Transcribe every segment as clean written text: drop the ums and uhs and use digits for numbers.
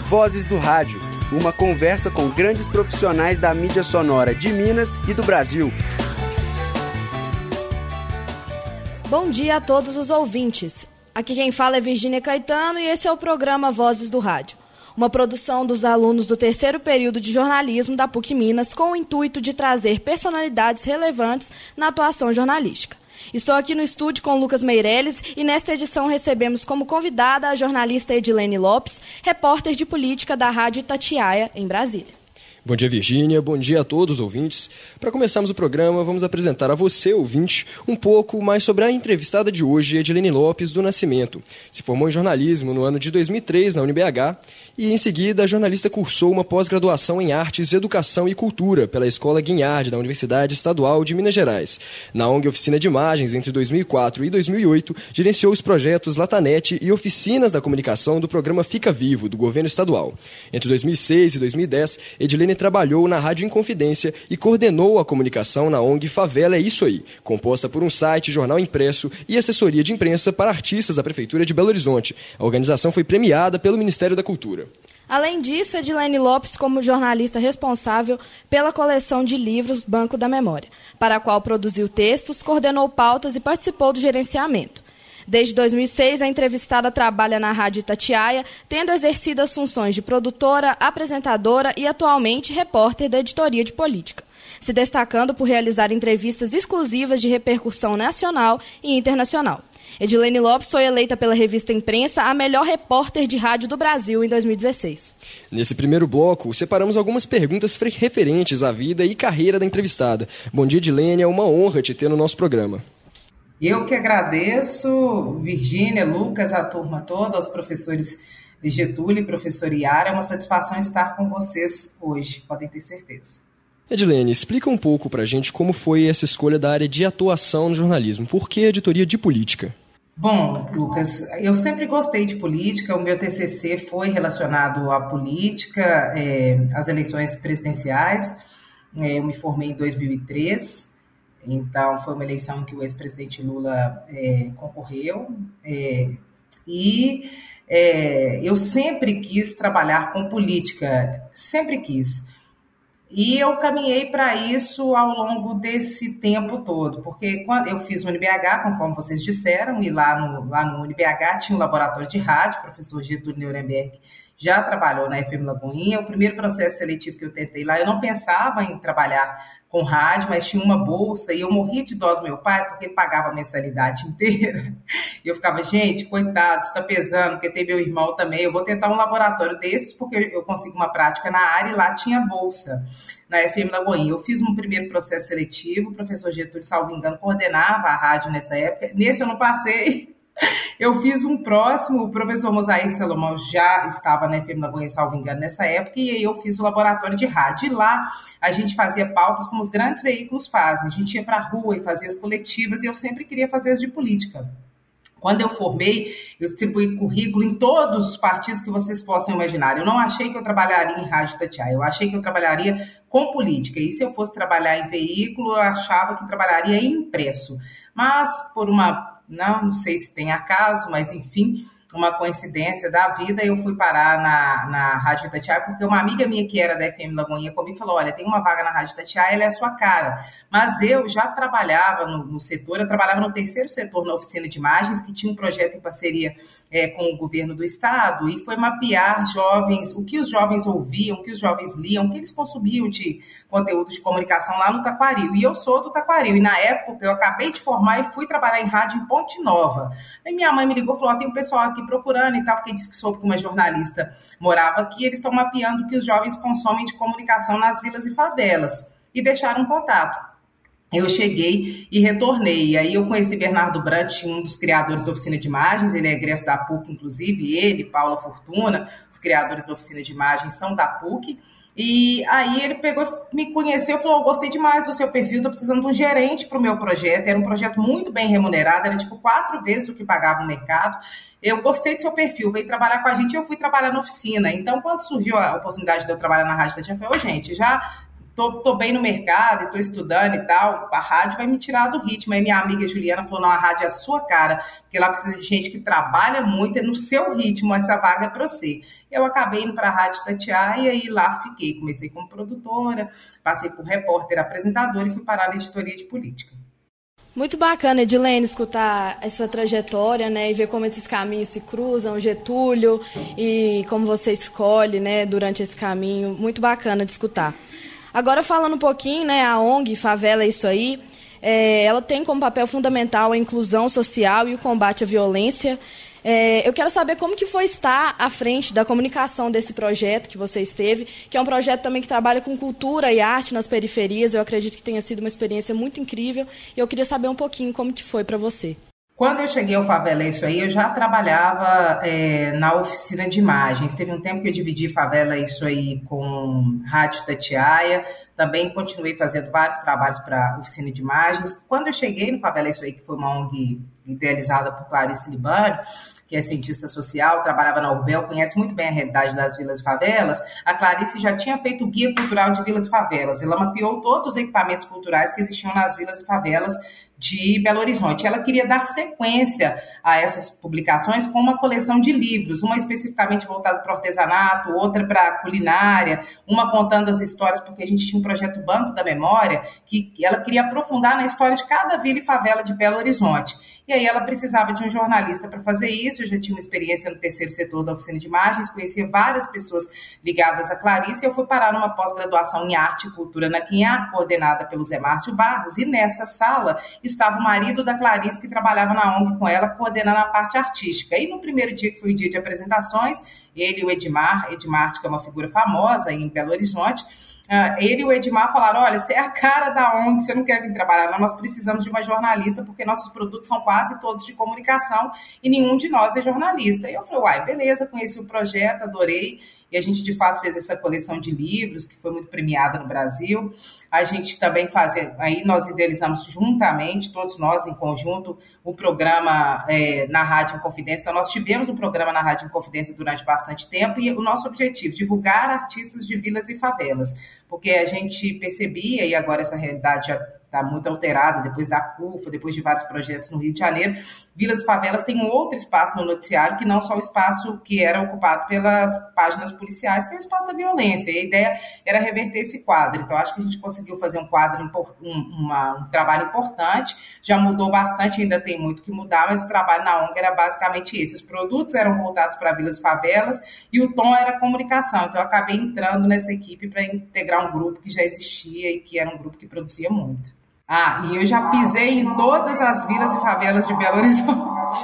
Vozes do Rádio, uma conversa com grandes profissionais da mídia sonora de Minas e do Brasil. Bom dia a todos os ouvintes. Aqui quem fala é Virgínia Caetano e esse é o programa Vozes do Rádio, uma produção dos alunos do terceiro período de jornalismo da PUC Minas com o intuito de trazer personalidades relevantes na atuação jornalística. Estou aqui no estúdio com Lucas Meirelles e nesta edição recebemos como convidada a jornalista Edilene Lopes, repórter de política da Rádio Itatiaia, em Brasília. Bom dia, Virgínia. Bom dia a todos os ouvintes. Para começarmos o programa, vamos apresentar a você, ouvinte, um pouco mais sobre a entrevistada de hoje, Edilene Lopes do Nascimento. Se formou em jornalismo no ano de 2003 na UniBH e, em seguida, a jornalista cursou uma pós-graduação em Artes, Educação e Cultura pela Escola Guinhard da Universidade Estadual de Minas Gerais. Na ONG Oficina de Imagens, entre 2004 e 2008, gerenciou os projetos Latanet e Oficinas da Comunicação do programa Fica Vivo, do governo estadual. Entre 2006 e 2010, Edilene trabalhou na Rádio Inconfidência e coordenou a comunicação na ONG Favela é Isso Aí, composta por um site, jornal impresso e assessoria de imprensa para artistas da Prefeitura de Belo Horizonte. A organização foi premiada pelo Ministério da Cultura. Além disso, Edilene Lopes como jornalista responsável pela coleção de livros Banco da Memória, para a qual produziu textos, coordenou pautas e participou do gerenciamento. Desde 2006, a entrevistada trabalha na Rádio Itatiaia, tendo exercido as funções de produtora, apresentadora e, atualmente, repórter da editoria de política, se destacando por realizar entrevistas exclusivas de repercussão nacional e internacional. Edilene Lopes foi eleita pela revista Imprensa a melhor repórter de rádio do Brasil em 2016. Nesse primeiro bloco, separamos algumas perguntas referentes à vida e carreira da entrevistada. Bom dia, Edilene, é uma honra te ter no nosso programa. Eu que agradeço, Virgínia, Lucas, a turma toda, aos professores Getúlio e professor Iara. É uma satisfação estar com vocês hoje, podem ter certeza. Edilene, explica um pouco pra gente como foi essa escolha da área de atuação no jornalismo. Por que a editoria de política? Bom, Lucas, eu sempre gostei de política. O meu TCC foi relacionado à política, às eleições presidenciais. Eu me formei em 2003. Então, foi uma eleição em que o ex-presidente Lula concorreu eu sempre quis trabalhar com política, sempre quis. E eu caminhei para isso ao longo desse tempo todo, porque quando eu fiz o UniBH, conforme vocês disseram, e lá no UniBH tinha um laboratório de rádio, o professor Getúlio Nuremberg já trabalhou na FM Lagoinha. O primeiro processo seletivo que eu tentei lá, eu não pensava em trabalhar com rádio, mas tinha uma bolsa e eu morria de dó do meu pai porque ele pagava a mensalidade inteira. E eu ficava, gente, coitado, isso está pesando, porque tem meu irmão também, eu vou tentar um laboratório desses porque eu consigo uma prática na área e lá tinha bolsa na FM Lagoinha. Eu fiz um primeiro processo seletivo, o professor Getúlio, salvo engano, coordenava a rádio nessa época. Nesse eu não passei. Eu fiz um próximo, o professor Mosair Salomão já estava na FM Lagoinha, salvo engano, nessa época, e aí eu fiz o laboratório de rádio. E lá a gente fazia pautas como os grandes veículos fazem. A gente ia para a rua e fazia as coletivas, e eu sempre queria fazer as de política. Quando eu formei, eu distribuí currículo em todos os partidos que vocês possam imaginar. Eu não achei que eu trabalharia em Rádio Itatiaia, eu achei que eu trabalharia com política. E se eu fosse trabalhar em veículo, eu achava que trabalharia em impresso. Mas por não sei se tem acaso, mas enfim, uma coincidência da vida, eu fui parar na Rádio Itatiaia, porque uma amiga minha que era da FM Lagoinha comigo falou, olha, tem uma vaga na Rádio Itatiaia, ela é a sua cara. Mas eu já trabalhava no setor, eu trabalhava no terceiro setor, na oficina de imagens, que tinha um projeto em parceria com o governo do estado, e foi mapear jovens, o que os jovens ouviam, o que os jovens liam, o que eles consumiam de conteúdo de comunicação lá no Taquaril. E eu sou do Taquaril, e na época eu acabei de formar e fui trabalhar em rádio em Ponte Nova. Aí minha mãe me ligou e falou, tem um pessoal aqui procurando e tal, porque disse que soube que uma jornalista morava aqui, eles estão mapeando o que os jovens consomem de comunicação nas vilas e favelas, e deixaram um contato. Eu cheguei e retornei, e aí eu conheci Bernardo Brant, um dos criadores da Oficina de Imagens, ele é egresso da PUC, inclusive, ele, Paula Fortuna, os criadores da Oficina de Imagens são da PUC, e aí ele pegou, me conheceu e falou, gostei demais do seu perfil, estou precisando de um gerente para o meu projeto, era um projeto muito bem remunerado, era tipo 4 vezes o que pagava o mercado, eu gostei do seu perfil, veio trabalhar com a gente, e eu fui trabalhar na oficina. Então, quando surgiu a oportunidade de eu trabalhar na Rádio Itatiaia, eu falei, gente, já tô bem no mercado e tô estudando e tal, a rádio vai me tirar do ritmo. Aí minha amiga Juliana falou, não, a rádio é a sua cara, porque lá precisa de gente que trabalha muito, é no seu ritmo, essa vaga é para você. Eu acabei indo para a Rádio Itatiaia e lá fiquei. Comecei como produtora, passei por repórter, apresentadora e fui parar na editoria de política. Muito bacana, Edilene, escutar essa trajetória, né, e ver como esses caminhos se cruzam, Getúlio, e como você escolhe, né, durante esse caminho. Muito bacana de escutar. Agora, falando um pouquinho, né, a ONG Favela é Isso Aí, ela tem como papel fundamental a inclusão social e o combate à violência. Eu quero saber como que foi estar à frente da comunicação desse projeto que você esteve, que é um projeto também que trabalha com cultura e arte nas periferias. Eu acredito que tenha sido uma experiência muito incrível e eu queria saber um pouquinho como que foi para você. Quando eu cheguei ao Favela é Isso Aí, eu já trabalhava na oficina de imagens. Teve um tempo que eu dividi Favela é Isso Aí com Rádio Itatiaia. Também continuei fazendo vários trabalhos para a oficina de imagens. Quando eu cheguei no Favela é Isso Aí, que foi uma ONG idealizada por Clarice Libânio, que é cientista social, trabalhava na Urbel, conhece muito bem a realidade das vilas e favelas, a Clarice já tinha feito o Guia Cultural de Vilas e Favelas. Ela mapeou todos os equipamentos culturais que existiam nas vilas e favelas de Belo Horizonte. Ela queria dar sequência a essas publicações com uma coleção de livros, uma especificamente voltada para o artesanato, outra para a culinária, uma contando as histórias, porque a gente tinha um projeto Banco da Memória, que ela queria aprofundar na história de cada vila e favela de Belo Horizonte. E aí ela precisava de um jornalista para fazer isso. Eu já tinha uma experiência no terceiro setor da oficina de imagens, conhecia várias pessoas ligadas a Clarice, e eu fui parar numa pós-graduação em arte e cultura na Quinhar, coordenada pelo Zé Márcio Barros, e nessa sala estava o marido da Clarice, que trabalhava na ONG com ela, coordenando a parte artística. E no primeiro dia, que foi o dia de apresentações, ele e o Edmar, que é uma figura famosa em Belo Horizonte, ele e o Edmar falaram, olha, você é a cara da ONG, você não quer vir trabalhar, não, nós precisamos de uma jornalista, porque nossos produtos são quase todos de comunicação e nenhum de nós é jornalista. E eu falei, uai, beleza, conheci o projeto, adorei, e a gente de fato fez essa coleção de livros, que foi muito premiada no Brasil. A gente também aí nós idealizamos juntamente, todos nós em conjunto, o programa na Rádio Inconfidência. Então nós tivemos um programa na Rádio Inconfidência durante bastante tempo, e o nosso objetivo, divulgar artistas de vilas e favelas, porque a gente percebia, e agora essa realidade já está muito alterada, depois da CUFA, depois de vários projetos no Rio de Janeiro, vilas e favelas têm um outro espaço no noticiário, que não só o espaço que era ocupado pelas páginas policiais, que é o espaço da violência, e a ideia era reverter esse quadro. Então acho que a gente conseguiu fazer um quadro, um trabalho importante, já mudou bastante, ainda tem muito que mudar, mas o trabalho na ONG era basicamente esse. Os produtos eram voltados para vilas e favelas, e o tom era comunicação. Então eu acabei entrando nessa equipe para integrar um grupo que já existia e que era um grupo que produzia muito. E eu já pisei em todas as vilas e favelas de Belo Horizonte.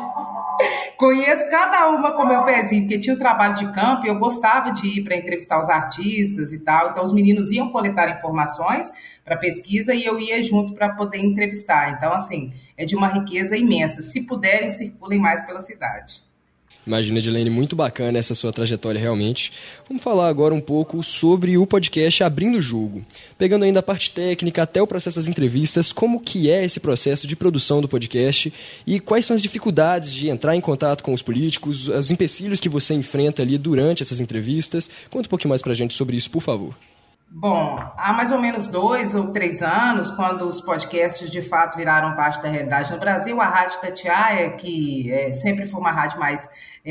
Conheço cada uma com meu pezinho, porque tinha o trabalho de campo e eu gostava de ir para entrevistar os artistas e tal. Então, os meninos iam coletar informações para pesquisa e eu ia junto para poder entrevistar. Então, assim, é de uma riqueza imensa. Se puderem, circulem mais pela cidade. Imagina, Edilene, muito bacana essa sua trajetória realmente. Vamos falar agora um pouco sobre o podcast Abrindo o Jogo. Pegando ainda a parte técnica até o processo das entrevistas, como que é esse processo de produção do podcast e quais são as dificuldades de entrar em contato com os políticos, os empecilhos que você enfrenta ali durante essas entrevistas. Conta um pouquinho mais pra gente sobre isso, por favor. Bom, há mais ou menos 2 ou 3 anos, quando os podcasts de fato viraram parte da realidade no Brasil, a Rádio Itatiaia, que sempre foi uma rádio mais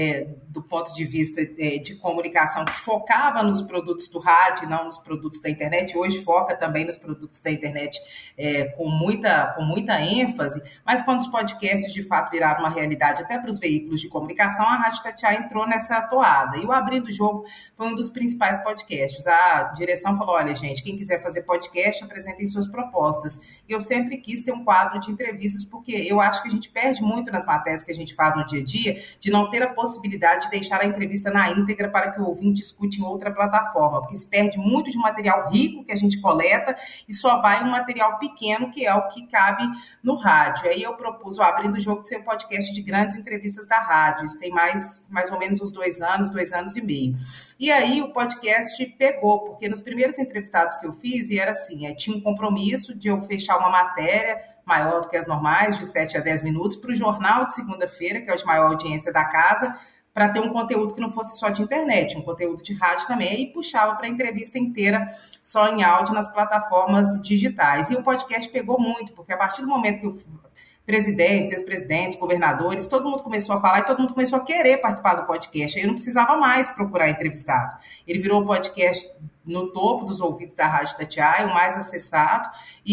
do ponto de vista de comunicação, que focava nos produtos do rádio, não nos produtos da internet, hoje foca também nos produtos da internet com muita ênfase, mas quando os podcasts de fato viraram uma realidade até para os veículos de comunicação, a Rádio Itatiaia entrou nessa toada. E o Abrindo o Jogo foi um dos principais podcasts. A direção falou, olha, gente, quem quiser fazer podcast, apresentem suas propostas. E eu sempre quis ter um quadro de entrevistas, porque eu acho que a gente perde muito nas matérias que a gente faz no dia a dia, de não ter a possibilidade de deixar a entrevista na íntegra para que o ouvinte escute em outra plataforma, porque se perde muito de material rico que a gente coleta e só vai um material pequeno, que é o que cabe no rádio. Aí eu propus o Abrindo o Jogo de ser um podcast de grandes entrevistas da rádio. Isso tem mais ou menos uns 2 anos e meio. E aí o podcast pegou, porque nos primeiros entrevistados que eu fiz, e era assim, tinha um compromisso de eu fechar uma matéria maior do que as normais, de 7 a 10 minutos, para o jornal de segunda-feira, que é o de maior audiência da casa, para ter um conteúdo que não fosse só de internet, um conteúdo de rádio também, e puxava para a entrevista inteira só em áudio nas plataformas digitais. E o podcast pegou muito, porque a partir do momento que presidentes, ex-presidentes, governadores, todo mundo começou a falar e todo mundo começou a querer participar do podcast. Aí eu não precisava mais procurar entrevistado. Ele virou um podcast no topo dos ouvidos da Rádio Itatiaia, o mais acessado,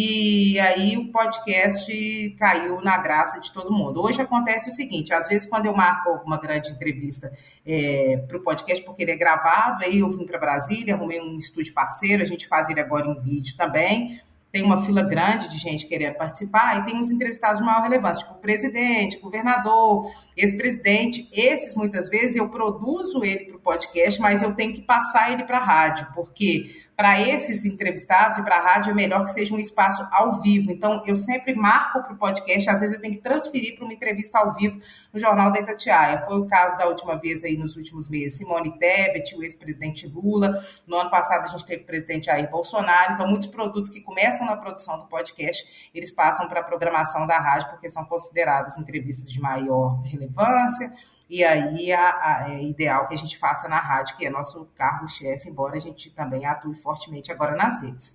e aí o podcast caiu na graça de todo mundo. Hoje acontece o seguinte, às vezes quando eu marco alguma grande entrevista para o podcast, porque ele é gravado, aí eu vim para Brasília, arrumei um estúdio parceiro, a gente faz ele agora em vídeo também, tem uma fila grande de gente querendo participar e tem uns entrevistados de maior relevância, tipo presidente, governador, ex-presidente. Esses, muitas vezes, eu produzo ele para o podcast, mas eu tenho que passar ele para a rádio, porque para esses entrevistados e para a rádio é melhor que seja um espaço ao vivo. Então, eu sempre marco para o podcast, às vezes eu tenho que transferir para uma entrevista ao vivo no Jornal da Itatiaia. Foi o caso da última vez aí nos últimos meses, Simone Tebet, o ex-presidente Lula. No ano passado a gente teve o presidente Jair Bolsonaro. Então, muitos produtos que começam na produção do podcast, eles passam para a programação da rádio, porque são consideradas entrevistas de maior relevância. E aí é ideal que a gente faça na rádio, que é nosso carro-chefe, embora a gente também atue fortemente agora nas redes.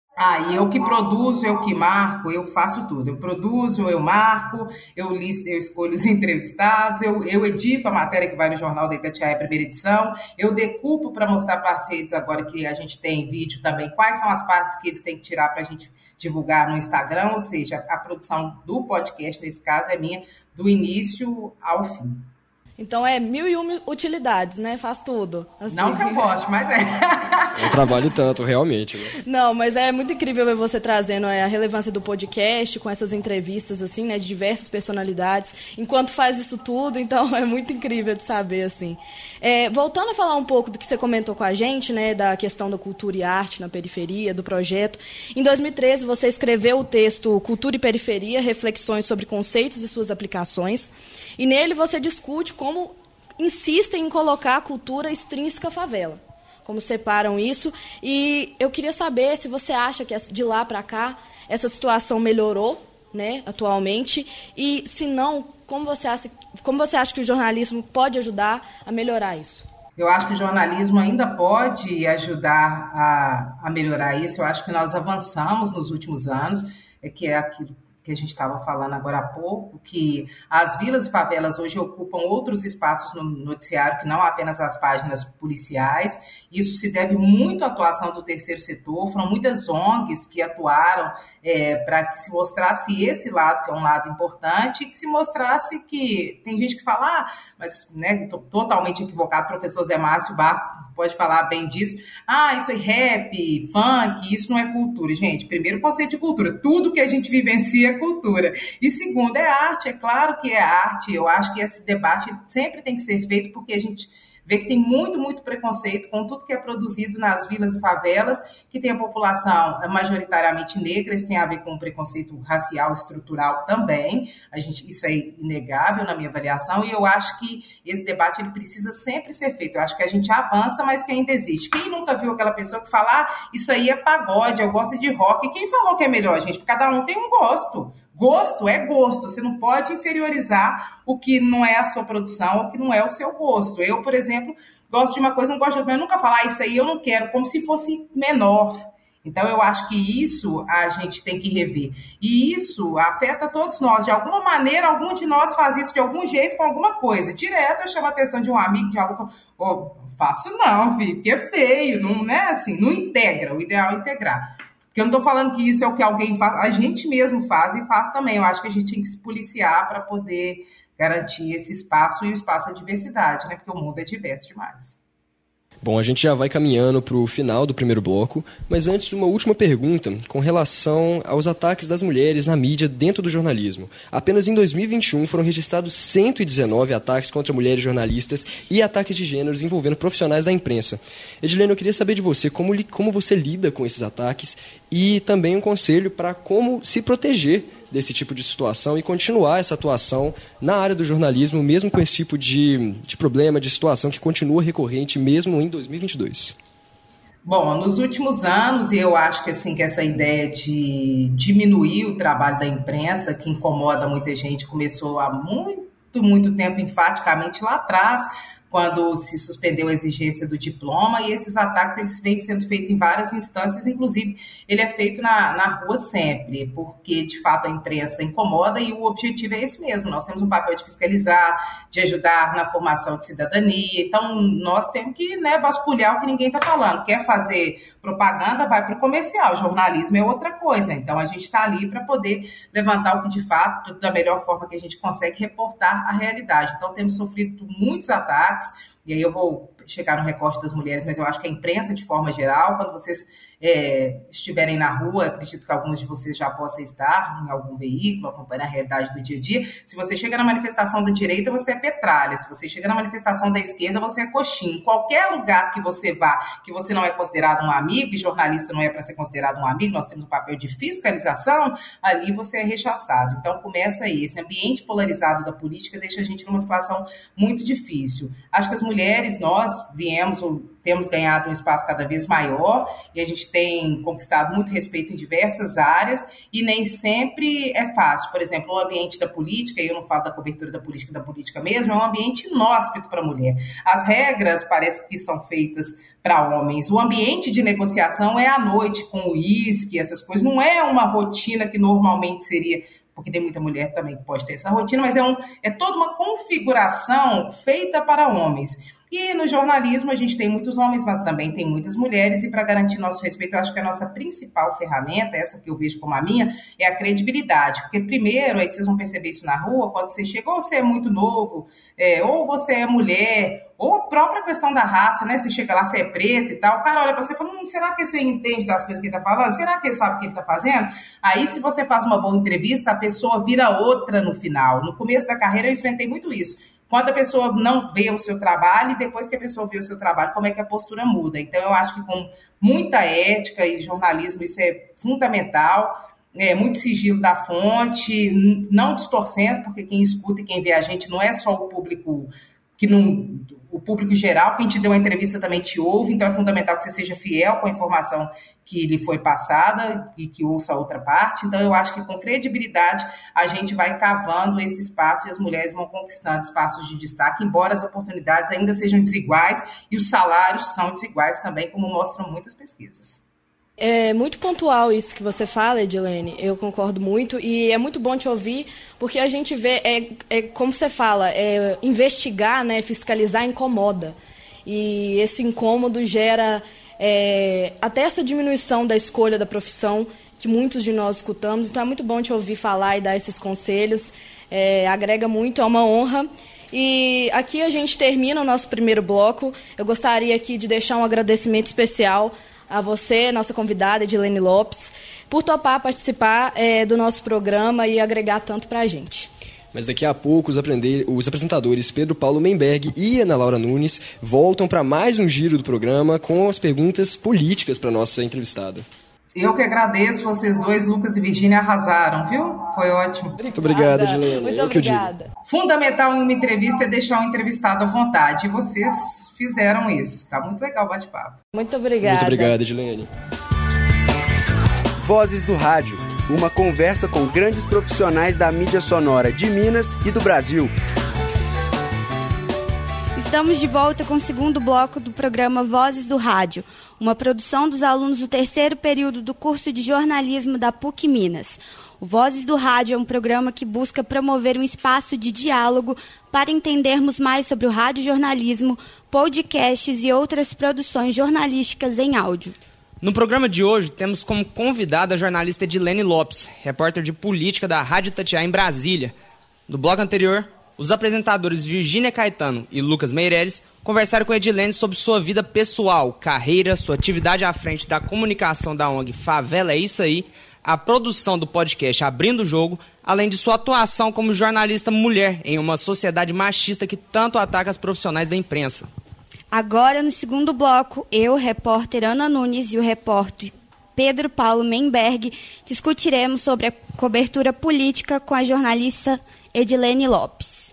E eu que produzo, eu que marco, eu faço tudo. Eu produzo, eu marco, eu listo, eu escolho os entrevistados, eu edito a matéria que vai no Jornal da Itatiaia, primeira edição, eu decupo para mostrar para as redes, agora que a gente tem vídeo também, quais são as partes que eles têm que tirar para a gente divulgar no Instagram, ou seja, a produção do podcast, nesse caso, é minha, do início ao fim. Então é 1001 utilidades, né? Faz tudo. Assim. Não que eu goste, mas é. Eu trabalho tanto, realmente. Né? Não, mas é muito incrível ver você trazendo a relevância do podcast, com essas entrevistas, assim, né? De diversas personalidades, enquanto faz isso tudo, então é muito incrível de saber, assim. Voltando a falar um pouco do que você comentou com a gente, né? Da questão da cultura e arte na periferia, do projeto. Em 2013, você escreveu o texto Cultura e Periferia, Reflexões sobre Conceitos e Suas Aplicações. E nele você discute como insistem em colocar a cultura extrínseca à favela, como separam isso. E eu queria saber se você acha que de lá para cá essa situação melhorou, né, atualmente, e se não, como você acha que o jornalismo pode ajudar a melhorar isso? Eu acho que o jornalismo ainda pode ajudar a melhorar isso. Eu acho que nós avançamos nos últimos anos, que é aquilo que a gente estava falando agora há pouco, que as vilas e favelas hoje ocupam outros espaços no noticiário, que não apenas as páginas policiais. Isso se deve muito à atuação do terceiro setor. Foram muitas ONGs que atuaram para que se mostrasse esse lado, que é um lado importante, e que se mostrasse que tem gente que fala, mas né, estou totalmente equivocado, o professor Zé Márcio Barros pode falar bem disso. Isso é rap, funk, isso não é cultura. Gente, primeiro o conceito de cultura, tudo que a gente vivencia é cultura. E segundo, é arte, é claro que é arte. Eu acho que esse debate sempre tem que ser feito, porque a gente vê que tem muito, muito preconceito com tudo que é produzido nas vilas e favelas, que tem a população majoritariamente negra. Isso tem a ver com preconceito racial, estrutural também. Isso é inegável na minha avaliação, e eu acho que esse debate ele precisa sempre ser feito. Eu acho que a gente avança, mas que ainda existe. Quem nunca viu aquela pessoa que fala, isso aí é pagode, eu gosto de rock? E quem falou que é melhor, gente? Porque cada um tem um gosto. Gosto é gosto, você não pode inferiorizar o que não é a sua produção, o que não é o seu gosto. Eu, por exemplo, gosto de uma coisa, não gosto de outra, eu nunca falar isso aí eu não quero, como se fosse menor. Então, eu acho que isso a gente tem que rever. E isso afeta todos nós. De alguma maneira, algum de nós faz isso de algum jeito com alguma coisa. Direto, eu chamo a atenção de um amigo, de algo, faço não, filho, porque é feio, não é assim, não integra, o ideal é integrar. Porque eu não estou falando que isso é o que alguém faz, a gente mesmo faz e faz também. Eu acho que a gente tem que se policiar para poder garantir esse espaço e o espaço da diversidade, né? Porque o mundo é diverso demais. Bom, a gente já vai caminhando para o final do primeiro bloco, mas antes uma última pergunta com relação aos ataques das mulheres na mídia dentro do jornalismo. Apenas em 2021 foram registrados 119 ataques contra mulheres jornalistas e ataques de gêneros envolvendo profissionais da imprensa. Edilene, eu queria saber de você como você lida com esses ataques e também um conselho para como se proteger desse tipo de situação e continuar essa atuação na área do jornalismo, mesmo com esse tipo de problema, de situação que continua recorrente mesmo em 2022. Bom, nos últimos anos, eu acho que, assim, que essa ideia de diminuir o trabalho da imprensa, que incomoda muita gente, começou há muito tempo, enfaticamente lá atrás, quando se suspendeu a exigência do diploma, e esses ataques eles vêm sendo feitos em várias instâncias, inclusive ele é feito na rua sempre, porque de fato a imprensa incomoda e o objetivo é esse mesmo, nós temos um papel de fiscalizar, de ajudar na formação de cidadania, então nós temos que vasculhar o que ninguém está falando, quer fazer propaganda, vai para o comercial, jornalismo é outra coisa, então a gente está ali para poder levantar o que de fato, da melhor forma que a gente consegue reportar a realidade, então temos sofrido muitos ataques, e aí eu vou chegar no recorte das mulheres, mas eu acho que a imprensa, de forma geral, quando vocês estiverem na rua, acredito que alguns de vocês já possam estar em algum veículo, acompanhando a realidade do dia a dia, se você chega na manifestação da direita, você é petralha, se você chega na manifestação da esquerda, você é coxinha. Em qualquer lugar que você vá, que você não é considerado um amigo, e jornalista não é para ser considerado um amigo, nós temos um papel de fiscalização, ali você é rechaçado. Então começa aí, esse ambiente polarizado da política deixa a gente numa situação muito difícil. Acho que as mulheres, nós temos ganhado um espaço cada vez maior e a gente tem conquistado muito respeito em diversas áreas e nem sempre é fácil. Por exemplo, o ambiente da política, e eu não falo da cobertura da política mesmo, é um ambiente inóspito para a mulher. As regras parece que são feitas para homens. O ambiente de negociação é à noite, com uísque, essas coisas. Não é uma rotina que normalmente seria, porque tem muita mulher também que pode ter essa rotina, mas é toda uma configuração feita para homens. E no jornalismo a gente tem muitos homens, mas também tem muitas mulheres, e para garantir nosso respeito, eu acho que a nossa principal ferramenta, essa que eu vejo como a minha, é a credibilidade. Porque primeiro, aí vocês vão perceber isso na rua, quando você chega, ou você é muito novo, ou você é mulher, ou a própria questão da raça, né? Você chega lá, você é preto e tal, o cara olha para você e fala, será que você entende das coisas que ele está falando? Será que ele sabe o que ele está fazendo? Aí, se você faz uma boa entrevista, a pessoa vira outra no final. No começo da carreira, eu enfrentei muito isso. Quando a pessoa não vê o seu trabalho e depois que a pessoa vê o seu trabalho, como é que a postura muda? Então, eu acho que com muita ética e jornalismo isso é fundamental, muito sigilo da fonte, não distorcendo, porque quem escuta e quem vê a gente não é só o público o público geral, quem te deu a entrevista também te ouve, então é fundamental que você seja fiel com a informação que lhe foi passada e que ouça a outra parte. Então eu acho que com credibilidade a gente vai cavando esse espaço e as mulheres vão conquistando espaços de destaque, embora as oportunidades ainda sejam desiguais e os salários são desiguais também, como mostram muitas pesquisas. É muito pontual isso que você fala, Edilene, eu concordo muito, e é muito bom te ouvir, porque a gente vê, como você fala, investigar, né, fiscalizar incomoda, e esse incômodo gera até essa diminuição da escolha da profissão que muitos de nós escutamos, então é muito bom te ouvir falar e dar esses conselhos, agrega muito, é uma honra. E aqui a gente termina o nosso primeiro bloco. Eu gostaria aqui de deixar um agradecimento especial a você, nossa convidada, Edilene Lopes, por topar participar do nosso programa e agregar tanto para a gente. Mas daqui a pouco os apresentadores Pedro Paulo Menberg e Ana Laura Nunes voltam para mais um giro do programa com as perguntas políticas para a nossa entrevistada. Eu que agradeço, vocês dois, Lucas e Virgínia, arrasaram, viu? Foi ótimo. Muito obrigado, Edilene. Muito obrigada. Fundamental em uma entrevista é deixar o entrevistado à vontade, e vocês fizeram isso. Tá muito legal o bate-papo. Muito obrigada. Muito obrigado, Edilene. Vozes do Rádio, uma conversa com grandes profissionais da mídia sonora de Minas e do Brasil. Estamos de volta com o segundo bloco do programa Vozes do Rádio, uma produção dos alunos do terceiro período do curso de jornalismo da PUC Minas. O Vozes do Rádio é um programa que busca promover um espaço de diálogo para entendermos mais sobre o radiojornalismo, podcasts e outras produções jornalísticas em áudio. No programa de hoje, temos como convidada a jornalista Edilene Lopes, repórter de política da Rádio Itatiaia em Brasília. No bloco anterior, os apresentadores Virgínia Caetano e Lucas Meireles conversaram com Edilene sobre sua vida pessoal, carreira, sua atividade à frente da comunicação da ONG Favela é Isso Aí, a produção do podcast Abrindo o Jogo, além de sua atuação como jornalista mulher em uma sociedade machista que tanto ataca as profissionais da imprensa. Agora, no segundo bloco, eu, repórter Ana Nunes, e o repórter Pedro Paulo Menberg discutiremos sobre a cobertura política com a jornalista Edilene Lopes.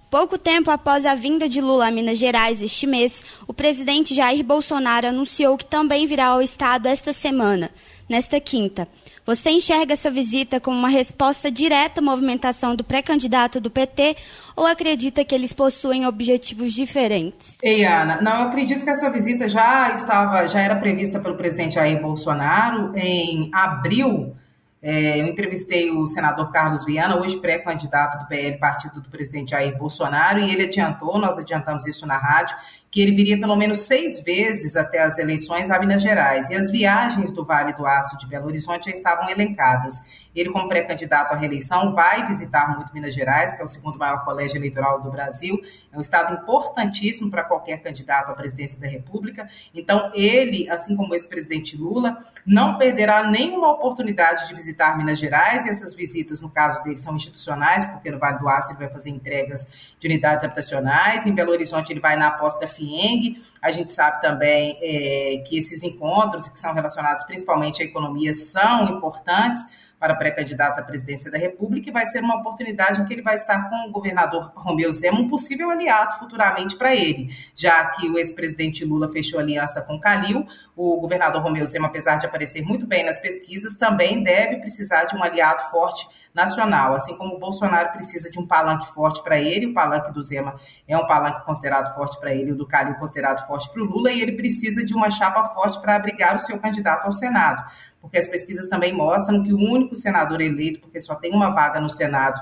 Pouco tempo após a vinda de Lula a Minas Gerais este mês, o presidente Jair Bolsonaro anunciou que também virá ao estado esta semana, nesta quinta. Você enxerga essa visita como uma resposta direta à movimentação do pré-candidato do PT ou acredita que eles possuem objetivos diferentes? Ei, Ana, não, eu acredito que essa visita já era prevista pelo presidente Jair Bolsonaro em abril. Eu entrevistei o senador Carlos Viana, hoje pré-candidato do PL, partido do presidente Jair Bolsonaro, e ele nós adiantamos isso na rádio, que ele viria pelo menos 6 vezes até as eleições a Minas Gerais. E as viagens do Vale do Aço de Belo Horizonte já estavam elencadas. Ele, como pré-candidato à reeleição, vai visitar muito Minas Gerais, que é o segundo maior colégio eleitoral do Brasil. É um estado importantíssimo para qualquer candidato à presidência da República. Então, ele, assim como o ex-presidente Lula, não perderá nenhuma oportunidade de visitar Minas Gerais. E essas visitas, no caso dele, são institucionais, porque no Vale do Aço ele vai fazer entregas de unidades habitacionais. Em Belo Horizonte, ele vai na aposta da FIENG. A gente sabe também que esses encontros, que são relacionados principalmente à economia, são importantes para pré-candidatos à presidência da República, e vai ser uma oportunidade em que ele vai estar com o governador Romeu Zema, um possível aliado futuramente para ele, já que o ex-presidente Lula fechou aliança com Calil. O governador Romeu Zema, apesar de aparecer muito bem nas pesquisas, também deve precisar de um aliado forte nacional, assim como o Bolsonaro precisa de um palanque forte para ele. O palanque do Zema é um palanque considerado forte para ele, o do Calil considerado forte para o Lula, e ele precisa de uma chapa forte para abrigar o seu candidato ao Senado, porque as pesquisas também mostram que o único senador eleito, porque só tem uma vaga no Senado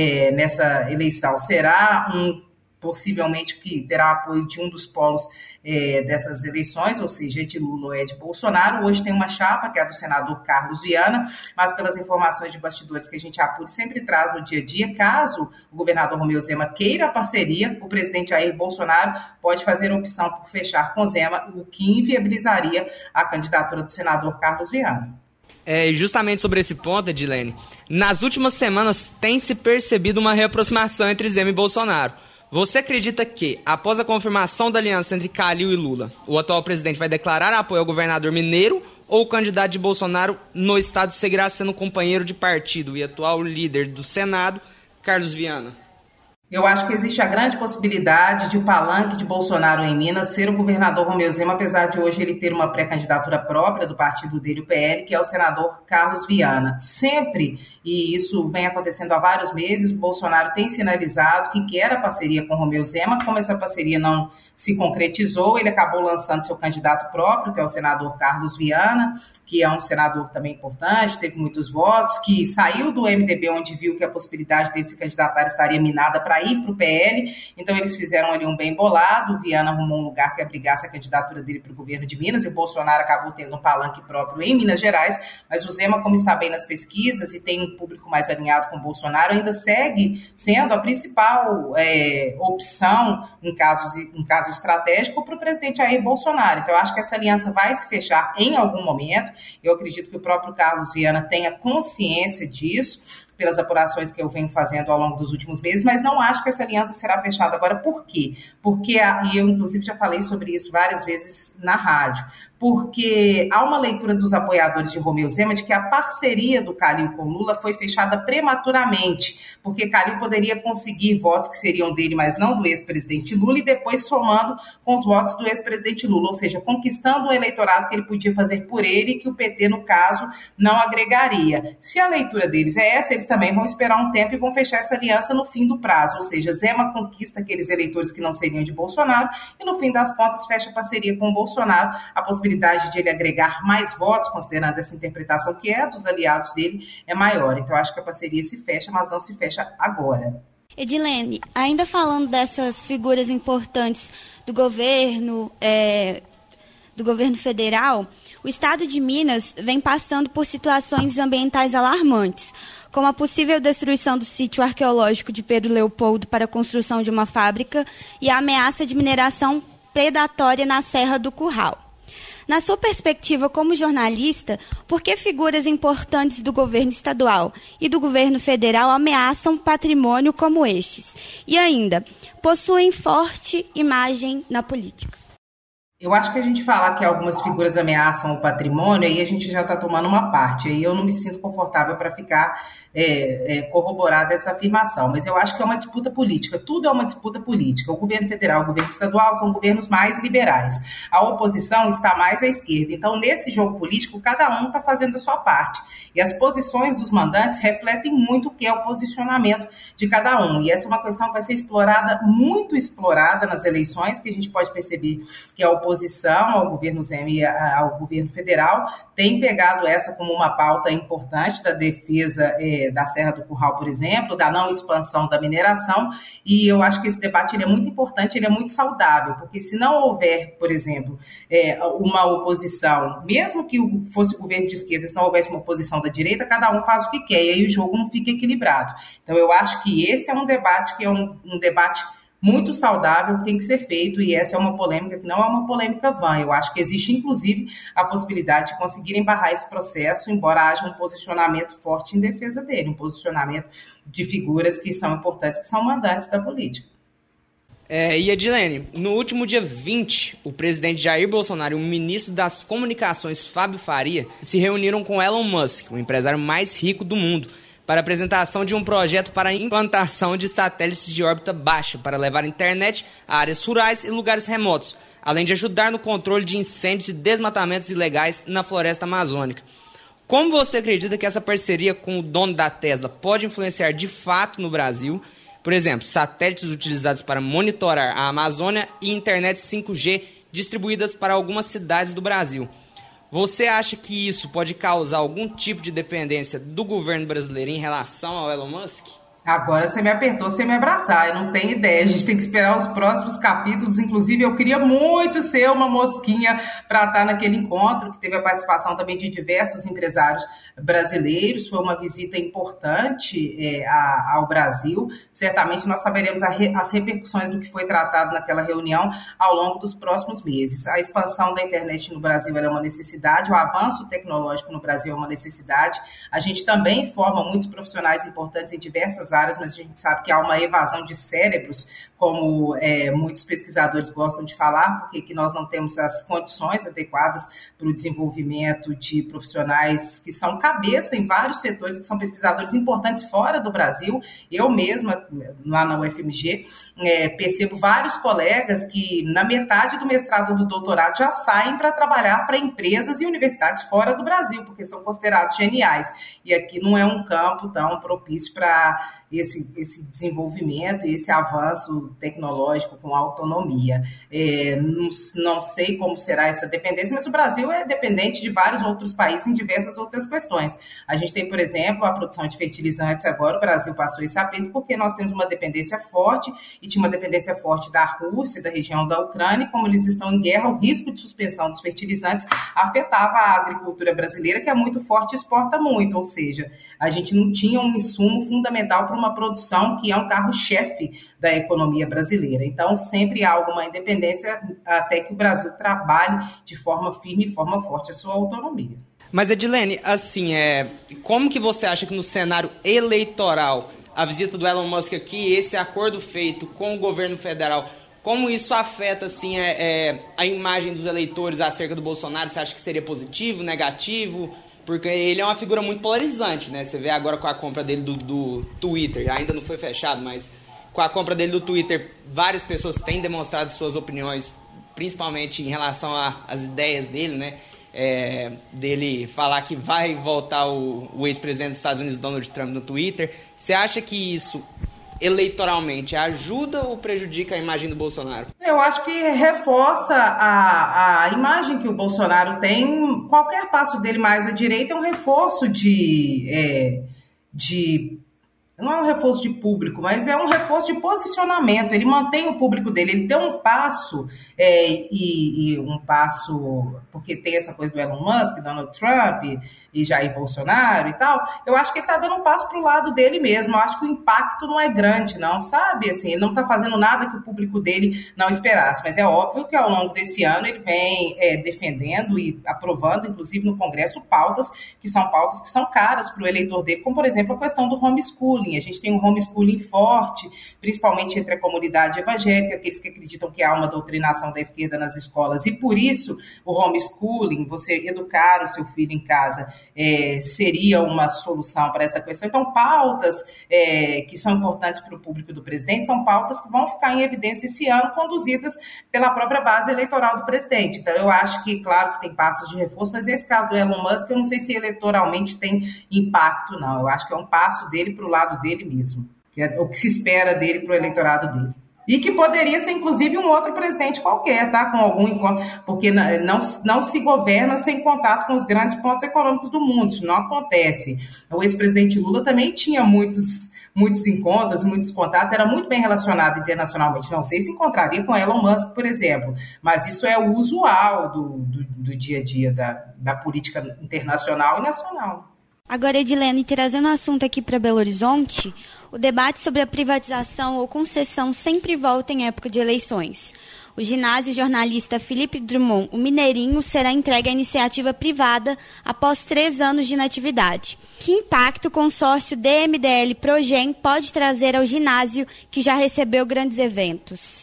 nessa eleição, será possivelmente que terá apoio de um dos polos dessas eleições, ou seja, de Lula ou de Bolsonaro. Hoje tem uma chapa, que é a do senador Carlos Viana, mas pelas informações de bastidores que a gente apura sempre traz no dia a dia, caso o governador Romeu Zema queira a parceria, o presidente Jair Bolsonaro pode fazer a opção por fechar com Zema, o que inviabilizaria a candidatura do senador Carlos Viana. Justamente sobre esse ponto, Edilene, nas últimas semanas tem se percebido uma reaproximação entre Zema e Bolsonaro. Você acredita que, após a confirmação da aliança entre Calil e Lula, o atual presidente vai declarar apoio ao governador mineiro, ou o candidato de Bolsonaro no estado seguirá sendo companheiro de partido e atual líder do Senado, Carlos Viana? Eu acho que existe a grande possibilidade de o palanque de Bolsonaro em Minas ser o governador Romeu Zema, apesar de hoje ele ter uma pré-candidatura própria do partido dele, o PL, que é o senador Carlos Viana. Sempre, e isso vem acontecendo há vários meses, o Bolsonaro tem sinalizado que quer a parceria com Romeu Zema. Como essa parceria não se concretizou, ele acabou lançando seu candidato próprio, que é o senador Carlos Viana, que é um senador também importante, teve muitos votos, que saiu do MDB, onde viu que a possibilidade dele se candidatar estaria minada para ir para o PL, então eles fizeram ali um bem bolado. O Viana arrumou um lugar que abrigasse a candidatura dele para o governo de Minas, e o Bolsonaro acabou tendo um palanque próprio em Minas Gerais, mas o Zema, como está bem nas pesquisas e tem um público mais alinhado com o Bolsonaro, ainda segue sendo a principal opção em caso estratégico para o presidente Jair Bolsonaro. Então eu acho que essa aliança vai se fechar em algum momento. Eu acredito que o próprio Carlos Viana tenha consciência disso, pelas apurações que eu venho fazendo ao longo dos últimos meses, mas não acho que essa aliança será fechada agora. Por quê? E eu, inclusive, já falei sobre isso várias vezes na rádio, porque há uma leitura dos apoiadores de Romeu Zema de que a parceria do Calil com Lula foi fechada prematuramente, porque Calil poderia conseguir votos que seriam dele, mas não do ex-presidente Lula, e depois somando com os votos do ex-presidente Lula, ou seja, conquistando um eleitorado que ele podia fazer por ele e que o PT, no caso, não agregaria. Se a leitura deles é essa, eles também vão esperar um tempo e vão fechar essa aliança no fim do prazo, ou seja, Zema conquista aqueles eleitores que não seriam de Bolsonaro e, no fim das contas, fecha parceria com o Bolsonaro. A possibilidade de ele agregar mais votos, considerando essa interpretação que é dos aliados dele, é maior. Então, acho que a parceria se fecha, mas não se fecha agora. Edilene, ainda falando dessas figuras importantes do governo federal, o estado de Minas vem passando por situações ambientais alarmantes, como a possível destruição do sítio arqueológico de Pedro Leopoldo para a construção de uma fábrica e a ameaça de mineração predatória na Serra do Curral. Na sua perspectiva como jornalista, por que figuras importantes do governo estadual e do governo federal ameaçam patrimônio como estes? E ainda, possuem forte imagem na política? Eu acho que a gente falar que algumas figuras ameaçam o patrimônio, aí a gente já está tomando uma parte. Aí eu não me sinto confortável para ficar corroborada essa afirmação. Mas eu acho que é uma disputa política. Tudo é uma disputa política. O governo federal, o governo estadual são governos mais liberais. A oposição está mais à esquerda. Então, nesse jogo político, cada um está fazendo a sua parte. E as posições dos mandantes refletem muito o que é o posicionamento de cada um. E essa é uma questão que vai ser explorada, muito explorada nas eleições, que a gente pode perceber que a oposição ao governo Zema e ao governo federal tem pegado essa como uma pauta importante da defesa da Serra do Curral, por exemplo, da não expansão da mineração, e eu acho que esse debate ele é muito importante, ele é muito saudável, porque se não houver, por exemplo, uma oposição, mesmo que fosse o governo de esquerda, se não houvesse uma oposição da direita, cada um faz o que quer, e aí o jogo não fica equilibrado. Então eu acho que esse é um debate que é um debate muito saudável, que tem que ser feito, e essa é uma polêmica que não é uma polêmica vã. Eu acho que existe, inclusive, a possibilidade de conseguirem barrar esse processo, embora haja um posicionamento forte em defesa dele, um posicionamento de figuras que são importantes, que são mandantes da política. E Edilene, no último dia 20, o presidente Jair Bolsonaro e o ministro das Comunicações, Fábio Faria, se reuniram com Elon Musk, o empresário mais rico do mundo, para a apresentação de um projeto para a implantação de satélites de órbita baixa para levar internet a áreas rurais e lugares remotos, além de ajudar no controle de incêndios e desmatamentos ilegais na floresta amazônica. Como você acredita que essa parceria com o dono da Tesla pode influenciar de fato no Brasil? Por exemplo, satélites utilizados para monitorar a Amazônia e internet 5G distribuídas para algumas cidades do Brasil. Você acha que isso pode causar algum tipo de dependência do governo brasileiro em relação ao Elon Musk? Agora você me apertou sem me abraçar, eu não tenho ideia, a gente tem que esperar os próximos capítulos, inclusive eu queria muito ser uma mosquinha para estar naquele encontro, que teve a participação também de diversos empresários brasileiros, foi uma visita importante ao Brasil, certamente nós saberemos as repercussões do que foi tratado naquela reunião ao longo dos próximos meses. A expansão da internet no Brasil é uma necessidade, o avanço tecnológico no Brasil é uma necessidade, a gente também forma muitos profissionais importantes em diversas áreas, mas a gente sabe que há uma evasão de cérebros, como muitos pesquisadores gostam de falar, porque que nós não temos as condições adequadas para o desenvolvimento de profissionais que são cabeça em vários setores, que são pesquisadores importantes fora do Brasil. Eu mesma, lá na UFMG, percebo vários colegas que na metade do mestrado ou do doutorado já saem para trabalhar para empresas e universidades fora do Brasil, porque são considerados geniais. E aqui não é um campo tão propício para esse desenvolvimento e esse avanço tecnológico com autonomia. Não sei como será essa dependência, mas o Brasil é dependente de vários outros países em diversas outras questões. A gente tem, por exemplo, a produção de fertilizantes agora, o Brasil passou esse aperto porque nós temos uma dependência forte e tinha uma dependência forte da Rússia, da região da Ucrânia, e como eles estão em guerra, o risco de suspensão dos fertilizantes afetava a agricultura brasileira, que é muito forte e exporta muito, ou seja, a gente não tinha um insumo fundamental para uma produção que é um carro-chefe da economia brasileira. Então, sempre há alguma independência até que o Brasil trabalhe de forma firme e forma forte a sua autonomia. Mas, Edilene, assim, como que você acha que no cenário eleitoral, a visita do Elon Musk aqui, esse acordo feito com o governo federal, como isso afeta assim, a imagem dos eleitores acerca do Bolsonaro? Você acha que seria positivo, negativo? Porque ele é uma figura muito polarizante, né? Você vê agora com a compra dele do Twitter, ainda não foi fechado, mas com a compra dele do Twitter, várias pessoas têm demonstrado suas opiniões, principalmente em relação às ideias dele, né? Dele falar que vai voltar o ex-presidente dos Estados Unidos, Donald Trump, no Twitter. Você acha que isso, eleitoralmente, ajuda ou prejudica a imagem do Bolsonaro? Eu acho que reforça a imagem que o Bolsonaro tem. Qualquer passo dele mais à direita é um reforço não é um reforço de público, mas é um reforço de posicionamento. Ele mantém o público dele, ele deu um passo, um passo, porque tem essa coisa do Elon Musk, Donald Trump e Jair Bolsonaro e tal. Eu acho que ele está dando um passo para o lado dele mesmo. Eu acho que o impacto não é grande, não, sabe? Assim, ele não está fazendo nada que o público dele não esperasse, mas é óbvio que ao longo desse ano ele vem defendendo e aprovando, inclusive no Congresso, pautas que são caras para o eleitor dele, como, por exemplo, a questão do homeschooling. homeschooling. A gente tem um homeschooling forte, principalmente entre a comunidade evangélica, aqueles que acreditam que há uma doutrinação da esquerda nas escolas. E por isso, o homeschooling, você educar o seu filho em casa, seria uma solução para essa questão. Então, pautas que são importantes para o público do presidente são pautas que vão ficar em evidência esse ano, conduzidas pela própria base eleitoral do presidente. Então, eu acho que, claro, que tem passos de reforço, mas nesse caso do Elon Musk, eu não sei se eleitoralmente tem impacto, não. Eu acho que é um passo dele para o lado dele mesmo, que é o que se espera dele para o eleitorado dele. E que poderia ser, inclusive, um outro presidente qualquer, tá? Com algum encontro, porque não se governa sem contato com os grandes pontos econômicos do mundo. Isso não acontece. O ex-presidente Lula também tinha muitos encontros, muitos contatos, era muito bem relacionado internacionalmente. Não sei se encontraria com Elon Musk, por exemplo, mas isso é o usual do dia a dia da política internacional e nacional. Agora, Edilene, trazendo o assunto aqui para Belo Horizonte, o debate sobre a privatização ou concessão sempre volta em época de eleições. O ginásio jornalista Felipe Drummond, o Mineirinho, será entregue à iniciativa privada após 3 anos de inatividade. Que impacto o consórcio DMDL-Progem pode trazer ao ginásio que já recebeu grandes eventos?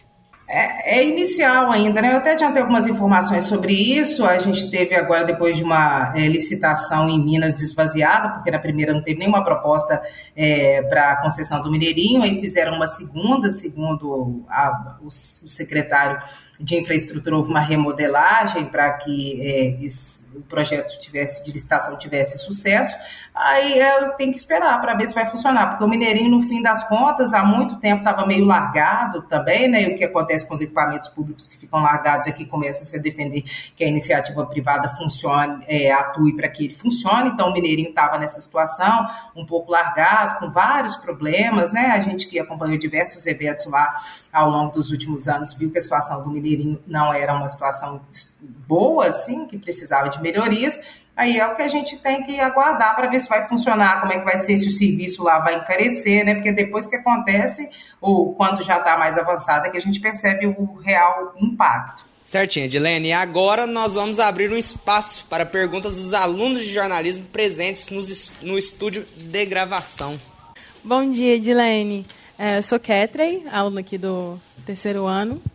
É inicial ainda, né? Eu até adiantei algumas informações sobre isso. A gente teve agora, depois de uma licitação em Minas esvaziada, porque na primeira não teve nenhuma proposta para a concessão do Mineirinho, aí fizeram uma segunda, segundo o secretário de infraestrutura, houve uma remodelagem para que o projeto de licitação tivesse sucesso. Aí tem que esperar para ver se vai funcionar, porque o Mineirinho, no fim das contas, há muito tempo estava meio largado também, né? E o que acontece com os equipamentos públicos que ficam largados é que começa-se a defender que a iniciativa privada funcione, atue para que ele funcione. Então, o Mineirinho estava nessa situação, um pouco largado, com vários problemas, né? A gente que acompanhou diversos eventos lá ao longo dos últimos anos viu que a situação do Mineirinho não era uma situação boa, assim, que precisava de melhorias. Aí é o que a gente tem que aguardar para ver se vai funcionar, como é que vai ser, se o serviço lá vai encarecer, né? Porque depois que acontece, ou quando já está mais avançado, é que a gente percebe o real impacto. Certinho, Edilene. E agora nós vamos abrir um espaço para perguntas dos alunos de jornalismo presentes no estúdio de gravação. Bom dia, Edilene. Eu sou Ketrey, aluna aqui do terceiro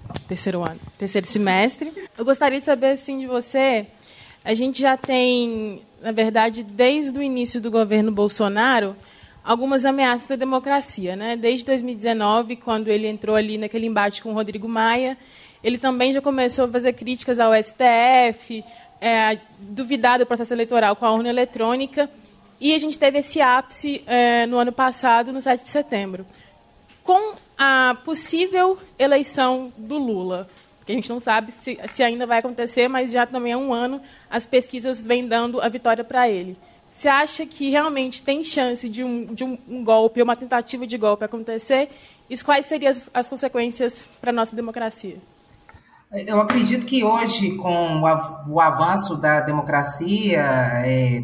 semestre. Eu gostaria de saber, assim, de você... A gente já tem, na verdade, desde o início do governo Bolsonaro, algumas ameaças à democracia, né? Desde 2019, quando ele entrou ali naquele embate com o Rodrigo Maia, ele também já começou a fazer críticas ao STF, duvidar do processo eleitoral com a urna eletrônica, e a gente teve esse ápice no ano passado, no 7 de setembro. Com a possível eleição do Lula, que a gente não sabe se ainda vai acontecer, mas já também há um ano as pesquisas vêm dando a vitória para ele. Você acha que realmente tem chance de um golpe, uma tentativa de golpe acontecer? E quais seriam as consequências para a nossa democracia? Eu acredito que hoje, com o avanço da democracia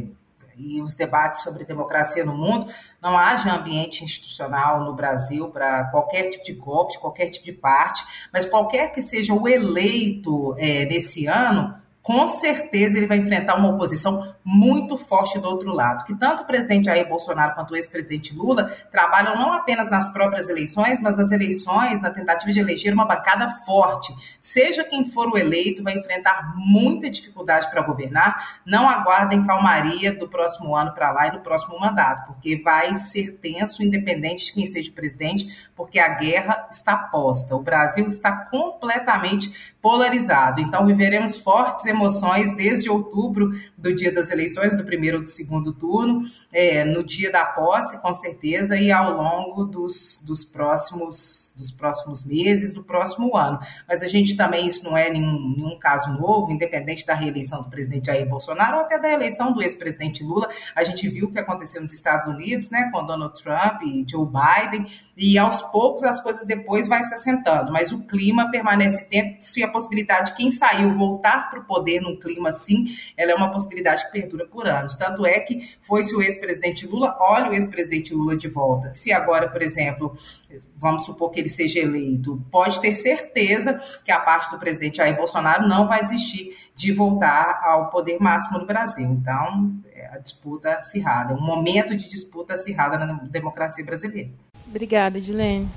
e os debates sobre democracia no mundo, não haja ambiente institucional no Brasil para qualquer tipo de golpe, de qualquer tipo de parte, mas qualquer que seja o eleito nesse ano, com certeza ele vai enfrentar uma oposição muito forte do outro lado, que tanto o presidente Jair Bolsonaro quanto o ex-presidente Lula trabalham não apenas nas próprias eleições, mas nas eleições, na tentativa de eleger uma bancada forte. Seja quem for o eleito, vai enfrentar muita dificuldade para governar. Não aguardem calmaria do próximo ano para lá e do próximo mandato, porque vai ser tenso, independente de quem seja o presidente, porque a guerra está posta. O Brasil está completamente polarizado. Então, viveremos fortes emoções desde outubro, do dia das eleições, do primeiro ou do segundo turno, no dia da posse, com certeza, e ao longo dos próximos meses, do próximo ano. Mas a gente também, isso não é nenhum caso novo, independente da reeleição do presidente Jair Bolsonaro ou até da eleição do ex-presidente Lula. A gente viu o que aconteceu nos Estados Unidos, né, com Donald Trump e Joe Biden, e aos poucos as coisas depois vai se assentando, mas o clima permanece tenso e a possibilidade de quem saiu voltar para o poder poder num clima assim, ela é uma possibilidade que perdura por anos. Tanto é que foi-se o ex-presidente Lula, olha o ex-presidente Lula de volta. Se agora, por exemplo, vamos supor que ele seja eleito, pode ter certeza que a parte do presidente Jair Bolsonaro não vai desistir de voltar ao poder máximo no Brasil. Então, a disputa acirrada, um momento de disputa acirrada na democracia brasileira. Obrigada, Edilene.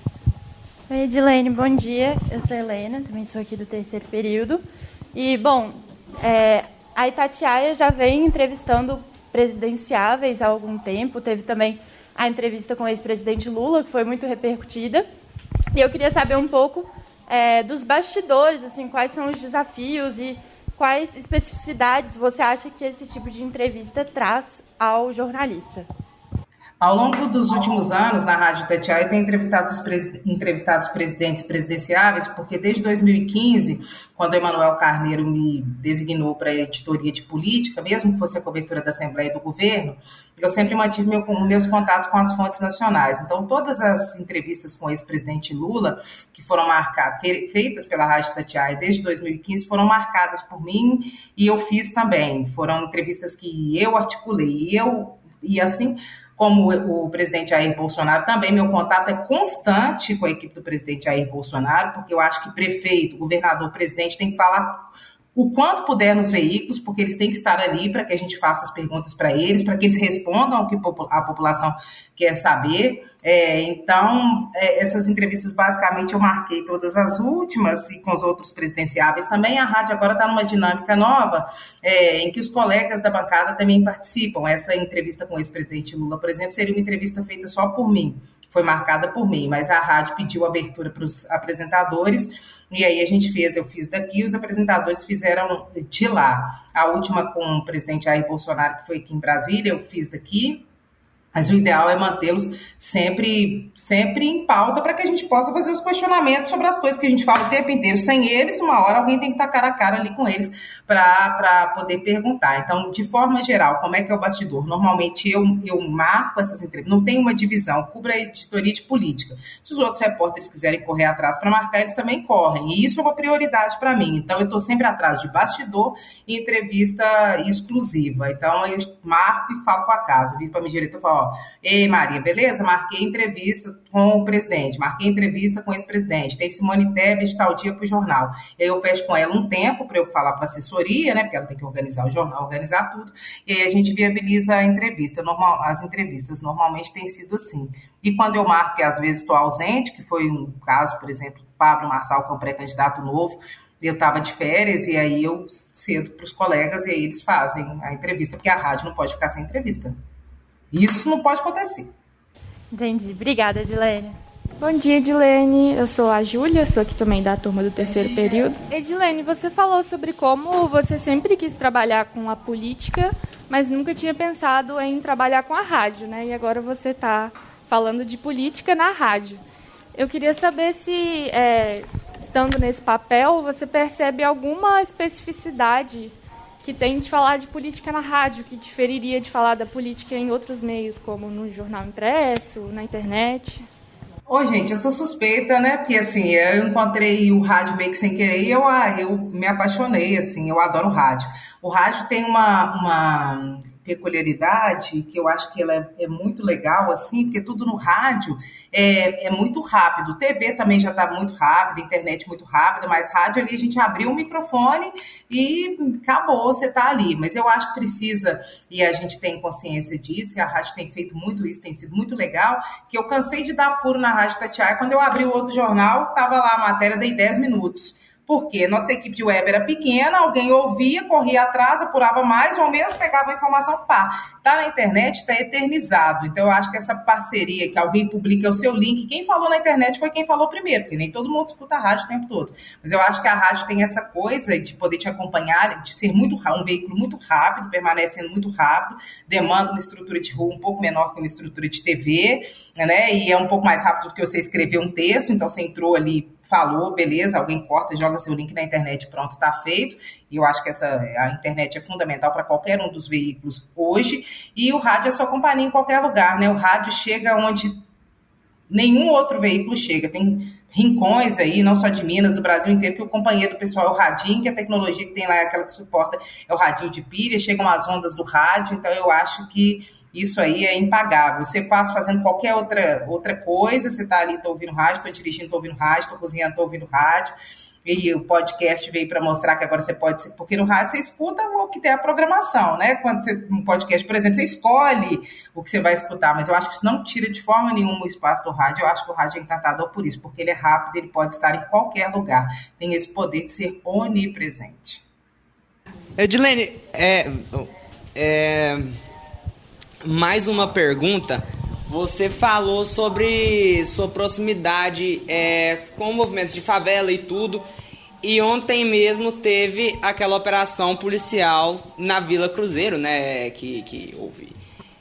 Oi, Edilene, bom dia. Eu sou Helena, também sou aqui do terceiro período. E, bom, a Itatiaia já vem entrevistando presidenciáveis há algum tempo. Teve também a entrevista com o ex-presidente Lula, que foi muito repercutida. E eu queria saber um pouco dos bastidores, assim, quais são os desafios e quais especificidades você acha que esse tipo de entrevista traz ao jornalista. Ao longo dos últimos anos, na Rádio Itatiaia, eu tenho entrevistado os presidentes presidenciáveis, porque desde 2015, quando o Emanuel Carneiro me designou para a editoria de política, mesmo que fosse a cobertura da Assembleia e do Governo, eu sempre mantive meus contatos com as fontes nacionais. Então, todas as entrevistas com o ex-presidente Lula, que foram feitas pela Rádio Itatiaia desde 2015, foram marcadas por mim e eu fiz também. Foram entrevistas que eu articulei e assim como o presidente Jair Bolsonaro, também meu contato é constante com a equipe do presidente Jair Bolsonaro, porque eu acho que prefeito, governador, presidente tem que falar o quanto puder nos veículos, porque eles têm que estar ali para que a gente faça as perguntas para eles, para que eles respondam ao que a população quer saber. Então, essas entrevistas, basicamente, eu marquei todas as últimas e com os outros presidenciáveis também. A rádio agora está numa dinâmica nova, em que os colegas da bancada também participam. Essa entrevista com o ex-presidente Lula, por exemplo, seria uma entrevista feita só por mim, foi marcada por mim, mas a rádio pediu abertura para os apresentadores, e aí eu fiz daqui, os apresentadores fizeram de lá. A última com o presidente Jair Bolsonaro, que foi aqui em Brasília, eu fiz daqui. Mas o ideal é mantê-los sempre em pauta para que a gente possa fazer os questionamentos sobre as coisas que a gente fala o tempo inteiro. Sem eles, uma hora alguém tem que estar cara a cara ali com eles para poder perguntar. Então, de forma geral, como é que é o bastidor? Normalmente eu marco essas entrevistas, não tem uma divisão, cubro a editoria de política. Se os outros repórteres quiserem correr atrás para marcar, eles também correm. E isso é uma prioridade para mim. Então, eu estou sempre atrás de bastidor e entrevista exclusiva. Então, eu marco e falo com a casa. Vim para minha diretora e falo, ei Maria, beleza? Marquei entrevista com o presidente, marquei entrevista com o ex-presidente, tem Simone Tebet tal dia para o jornal. E aí eu fecho com ela um tempo para eu falar para a assessoria, né? Porque ela tem que organizar o jornal, organizar tudo. E aí a gente viabiliza a entrevista. As entrevistas normalmente têm sido assim. E quando eu marco que às vezes estou ausente, que foi um caso, por exemplo, Pablo Marçal, que é um pré-candidato novo, eu estava de férias e aí eu cedo para os colegas e aí eles fazem a entrevista, porque a rádio não pode ficar sem entrevista. Isso não pode acontecer. Entendi. Obrigada, Edilene. Bom dia, Edilene. Eu sou a Júlia, sou aqui também da turma do terceiro período. Edilene, você falou sobre como você sempre quis trabalhar com a política, mas nunca tinha pensado em trabalhar com a rádio, né? E agora você está falando de política na rádio. Eu queria saber se, estando nesse papel, você percebe alguma especificidade que tem de falar de política na rádio, que diferiria de falar da política em outros meios, como no jornal impresso, na internet? Gente, eu sou suspeita, né? Porque, assim, eu encontrei o rádio meio que sem querer e eu me apaixonei, assim, eu adoro o rádio. O rádio tem uma peculiaridade que eu acho que ela é muito legal, assim, porque tudo no rádio é muito rápido. TV também já está muito rápida, internet muito rápida, mas rádio ali a gente abriu o microfone e acabou, você está ali. Mas eu acho que precisa, e a gente tem consciência disso, e a rádio tem feito muito isso, tem sido muito legal, que eu cansei de dar furo na Rádio Itatiaia. Quando eu abri o outro jornal, estava lá a matéria, dei 10 minutos. Porque nossa equipe de web era pequena, alguém ouvia, corria atrás, apurava mais, ou mesmo pegava a informação, pá. Tá na internet, está eternizado. Então, eu acho que essa parceria, que alguém publica o seu link, quem falou na internet foi quem falou primeiro, porque nem todo mundo escuta a rádio o tempo todo. Mas eu acho que a rádio tem essa coisa de poder te acompanhar, de ser um veículo muito rápido, permanecendo muito rápido, demanda uma estrutura de rua um pouco menor que uma estrutura de TV, né? E é um pouco mais rápido do que você escrever um texto, então você entrou ali, falou, beleza, alguém corta, joga seu link na internet, pronto, tá feito. E eu acho que a internet é fundamental para qualquer um dos veículos hoje. E o rádio é sua companhia em qualquer lugar, né? O rádio chega onde nenhum outro veículo chega. Tem rincões aí, não só de Minas, do Brasil inteiro, que o companheiro do pessoal é o radinho, que a tecnologia que tem lá é aquela que suporta, é o radinho de pilha, chegam as ondas do rádio, então eu acho que isso aí é impagável. Você passa fazendo qualquer outra coisa, você está ali, estou ouvindo rádio, estou dirigindo, estou ouvindo rádio, estou cozinhando, estou ouvindo rádio, e o podcast veio para mostrar que agora você pode... Porque no rádio você escuta o que tem a programação, né? Quando você, no podcast, por exemplo, você escolhe o que você vai escutar, mas eu acho que isso não tira de forma nenhuma o espaço do rádio. Eu acho que o rádio é encantador por isso, porque ele é rápido, ele pode estar em qualquer lugar. Tem esse poder de ser onipresente. Edilene, mais uma pergunta. Você falou sobre sua proximidade com movimentos de favela e tudo, e ontem mesmo teve aquela operação policial na Vila Cruzeiro, né, que houve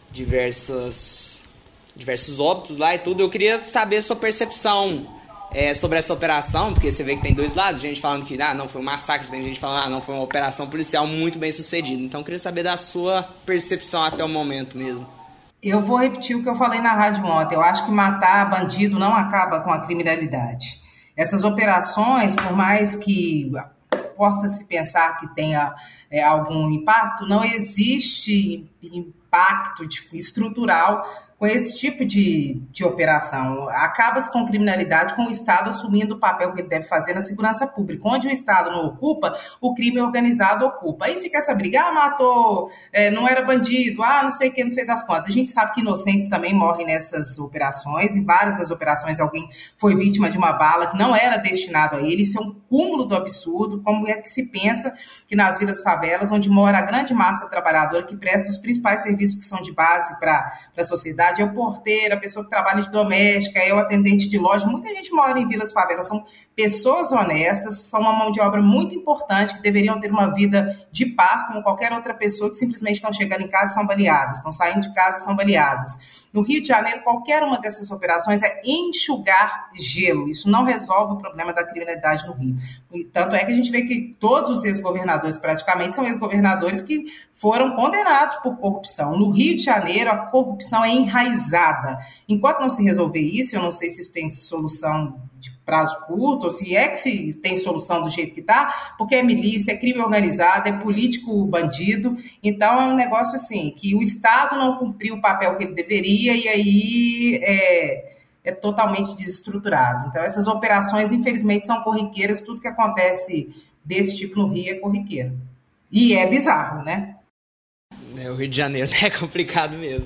diversos óbitos lá e tudo. Eu queria saber a sua percepção sobre essa operação, porque você vê que tem dois lados, gente falando que não foi um massacre, tem gente falando não foi uma operação policial muito bem sucedida. Então eu queria saber da sua percepção até o momento mesmo. Eu vou repetir o que eu falei na rádio ontem. Eu acho que matar bandido não acaba com a criminalidade. Essas operações, por mais que possa se pensar que tenha algum impacto, não existe impacto estrutural com esse tipo de operação. Acaba-se com criminalidade, com o Estado assumindo o papel que ele deve fazer na segurança pública. Onde o Estado não ocupa, o crime organizado ocupa. Aí fica essa briga, matou, não era bandido, não sei o que, não sei das quantas. A gente sabe que inocentes também morrem nessas operações. Em várias das operações alguém foi vítima de uma bala que não era destinado a ele. Isso é um cúmulo do absurdo. Como é que se pensa que nas vilas favelas, onde mora a grande massa trabalhadora que presta os principais serviços que são de base para a sociedade, é o porteiro, a pessoa que trabalha de doméstica, é o atendente de loja. Muita gente mora em vilas favelas, são pessoas honestas, são uma mão de obra muito importante, que deveriam ter uma vida de paz, como qualquer outra pessoa, que simplesmente estão chegando em casa e são baleadas, estão saindo de casa e são baleadas. No Rio de Janeiro, qualquer uma dessas operações é enxugar gelo. Isso não resolve o problema da criminalidade no Rio. Tanto é que a gente vê que todos os ex-governadores, praticamente, são ex-governadores que foram condenados por corrupção. No Rio de Janeiro, a corrupção é enraizada. Enquanto não se resolver isso, eu não sei se isso tem solução de prazo curto, ou se tem solução do jeito que está, porque é milícia, é crime organizado, é político bandido. Então, é um negócio assim, que o Estado não cumpriu o papel que ele deveria, e aí é totalmente desestruturado. Então, essas operações, infelizmente, são corriqueiras. Tudo que acontece desse tipo no Rio é corriqueiro. E é bizarro, né? O Rio de Janeiro é complicado mesmo.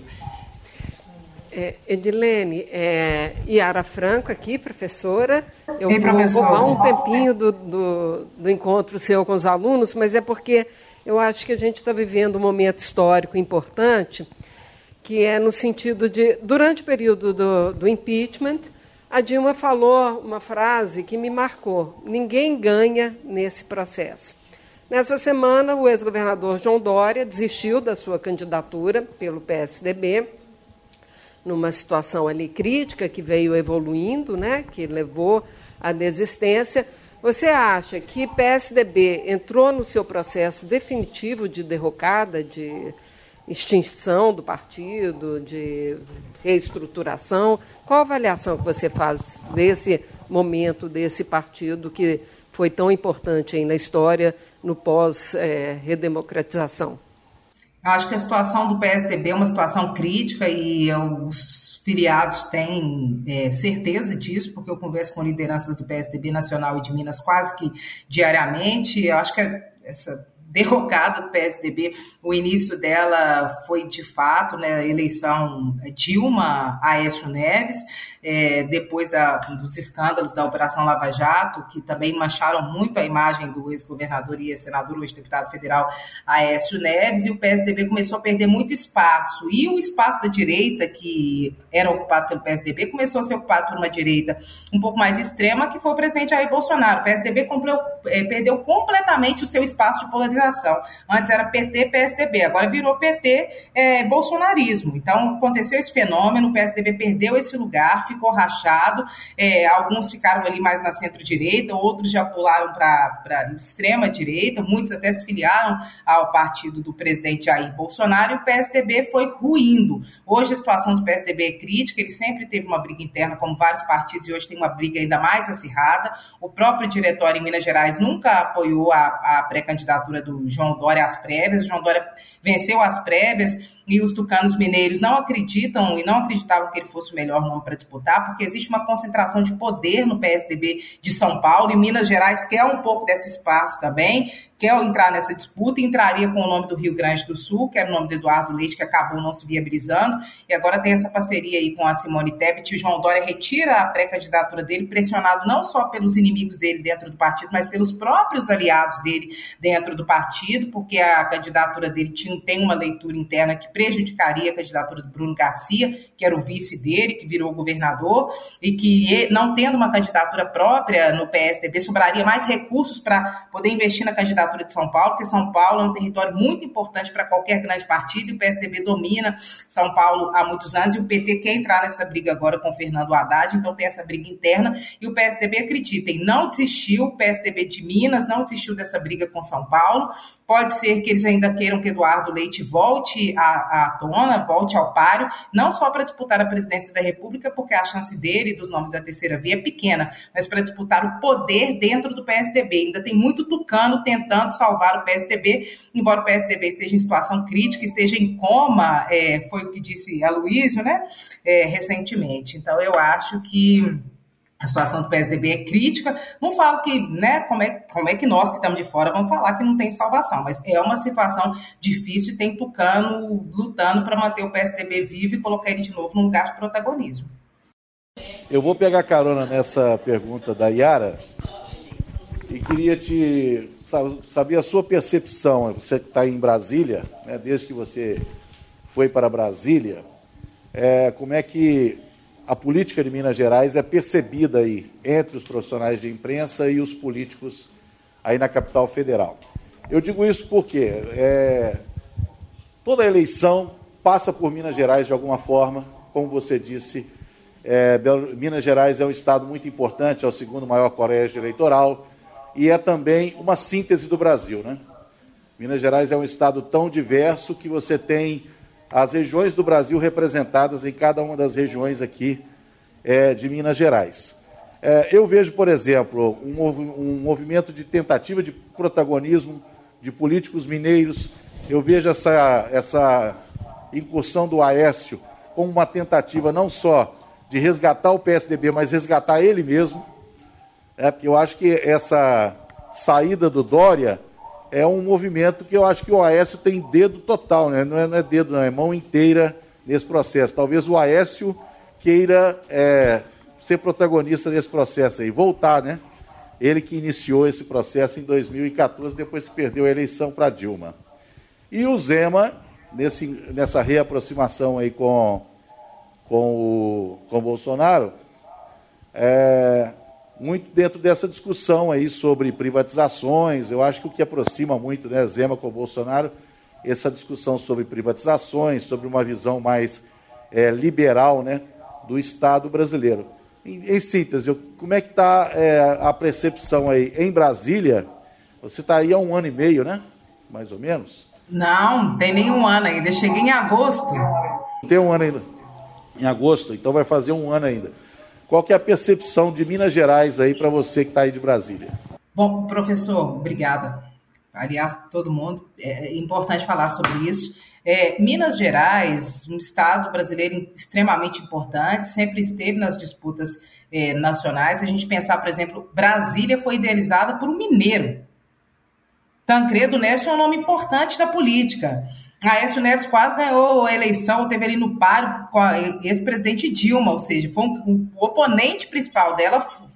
Edilene, Yara Franco aqui, professora. Eu vou professora. roubar um tempinho do encontro seu com os alunos, mas é porque eu acho que a gente está vivendo um momento histórico importante, que é no sentido de, durante o período do impeachment, a Dilma falou uma frase que me marcou: ninguém ganha nesse processo. Nessa semana, o ex-governador João Dória desistiu da sua candidatura pelo PSDB, numa situação ali crítica que veio evoluindo, né, que levou à desistência. Você acha que PSDB entrou no seu processo definitivo de derrocada, de extinção do partido, de reestruturação? Qual a avaliação que você faz desse momento, desse partido que foi tão importante aí na história, no pós-redemocratização? Acho que a situação do PSDB é uma situação crítica e os filiados têm certeza disso, porque eu converso com lideranças do PSDB nacional e de Minas quase que diariamente. Eu acho que essa derrocada do PSDB, o início dela foi de fato, né, a eleição Dilma-Aécio Neves, depois dos escândalos da Operação Lava Jato, que também mancharam muito a imagem do ex-governador e ex-senador, hoje deputado federal, Aécio Neves, e o PSDB começou a perder muito espaço. E o espaço da direita, que era ocupado pelo PSDB, começou a ser ocupado por uma direita um pouco mais extrema, que foi o presidente Jair Bolsonaro. O PSDB perdeu completamente o seu espaço de polarização. polarização. Antes era PT, PSDB, agora virou PT, bolsonarismo. Então, aconteceu esse fenômeno, o PSDB perdeu esse lugar, ficou rachado, alguns ficaram ali mais na centro-direita, outros já pularam para extrema-direita, muitos até se filiaram ao partido do presidente Jair Bolsonaro, e o PSDB foi ruindo. Hoje a situação do PSDB é crítica, ele sempre teve uma briga interna, como vários partidos, e hoje tem uma briga ainda mais acirrada. O próprio diretório em Minas Gerais nunca apoiou a pré-candidatura do João Dória às prévias. O João Dória venceu as prévias e os tucanos mineiros não acreditam e não acreditavam que ele fosse o melhor nome para disputar, porque existe uma concentração de poder no PSDB de São Paulo, e Minas Gerais quer um pouco desse espaço também, quer entrar nessa disputa, e entraria com o nome do Rio Grande do Sul, que era o nome do Eduardo Leite, que acabou não se viabilizando, e agora tem essa parceria aí com a Simone Tebet, e o João Dória retira a pré-candidatura dele, pressionado não só pelos inimigos dele dentro do partido, mas pelos próprios aliados dele dentro do partido, porque a candidatura dele tem uma leitura interna que prejudicaria a candidatura do Bruno Garcia, que era o vice dele, que virou governador, e que, não tendo uma candidatura própria no PSDB, sobraria mais recursos para poder investir na candidatura de São Paulo, porque São Paulo é um território muito importante para qualquer grande partido, e o PSDB domina São Paulo há muitos anos, e o PT quer entrar nessa briga agora com o Fernando Haddad, então tem essa briga interna, e o PSDB, acreditem, não desistiu, o PSDB de Minas não desistiu dessa briga com São Paulo. Pode ser que eles ainda queiram que Eduardo Leite volte à tona, volte ao páreo, não só para disputar a presidência da República, porque a chance dele e dos nomes da terceira via é pequena, mas para disputar o poder dentro do PSDB. Ainda tem muito tucano tentando salvar o PSDB, embora o PSDB esteja em situação crítica, esteja em coma, foi o que disse Aloysio, né, recentemente. Então, eu acho que a situação do PSDB é crítica. Não falo que, né, como é que nós que estamos de fora vamos falar que não tem salvação, mas é uma situação difícil e tem tucano lutando para manter o PSDB vivo e colocar ele de novo num lugar de protagonismo. Eu vou pegar carona nessa pergunta da Yara e queria saber a sua percepção. Você que está em Brasília, né, desde que você foi para Brasília, como é que a política de Minas Gerais é percebida aí entre os profissionais de imprensa e os políticos aí na capital federal. Eu digo isso porque toda eleição passa por Minas Gerais de alguma forma, como você disse, Minas Gerais é um estado muito importante, é o segundo maior colégio eleitoral e é também uma síntese do Brasil, né? Minas Gerais é um estado tão diverso que você tem as regiões do Brasil representadas em cada uma das regiões aqui de Minas Gerais. Eu vejo, por exemplo, um movimento de tentativa de protagonismo de políticos mineiros. Eu vejo essa incursão do Aécio como uma tentativa não só de resgatar o PSDB, mas resgatar ele mesmo, porque eu acho que essa saída do Dória é um movimento que eu acho que o Aécio tem dedo total, né? Não é dedo, não, é mão inteira nesse processo. Talvez o Aécio queira ser protagonista nesse processo aí, voltar, né? Ele que iniciou esse processo em 2014, depois que perdeu a eleição para Dilma. E o Zema, nessa reaproximação aí com o Bolsonaro, muito dentro dessa discussão aí sobre privatizações. Eu acho que o que aproxima muito, né, Zema com o Bolsonaro, essa discussão sobre privatizações, sobre uma visão mais liberal, né, do Estado brasileiro. Em síntese, como é que está a percepção aí em Brasília? Você está aí há 1 ano e meio, né? Mais ou menos? Não tem nem 1 ano ainda. Cheguei em agosto. Tem 1 ano ainda. Em agosto, então vai fazer 1 ano ainda. Qual que é a percepção de Minas Gerais aí para você que está aí de Brasília? Bom, professor, obrigada. Aliás, todo mundo, é importante falar sobre isso. Minas Gerais, um estado brasileiro extremamente importante, sempre esteve nas disputas nacionais. Se a gente pensar, por exemplo, Brasília foi idealizada por um mineiro. Tancredo Neves é um nome importante da política. Aécio Neves quase ganhou a eleição, teve ali no páreo com a ex-presidente Dilma, ou seja, foi o oponente principal dela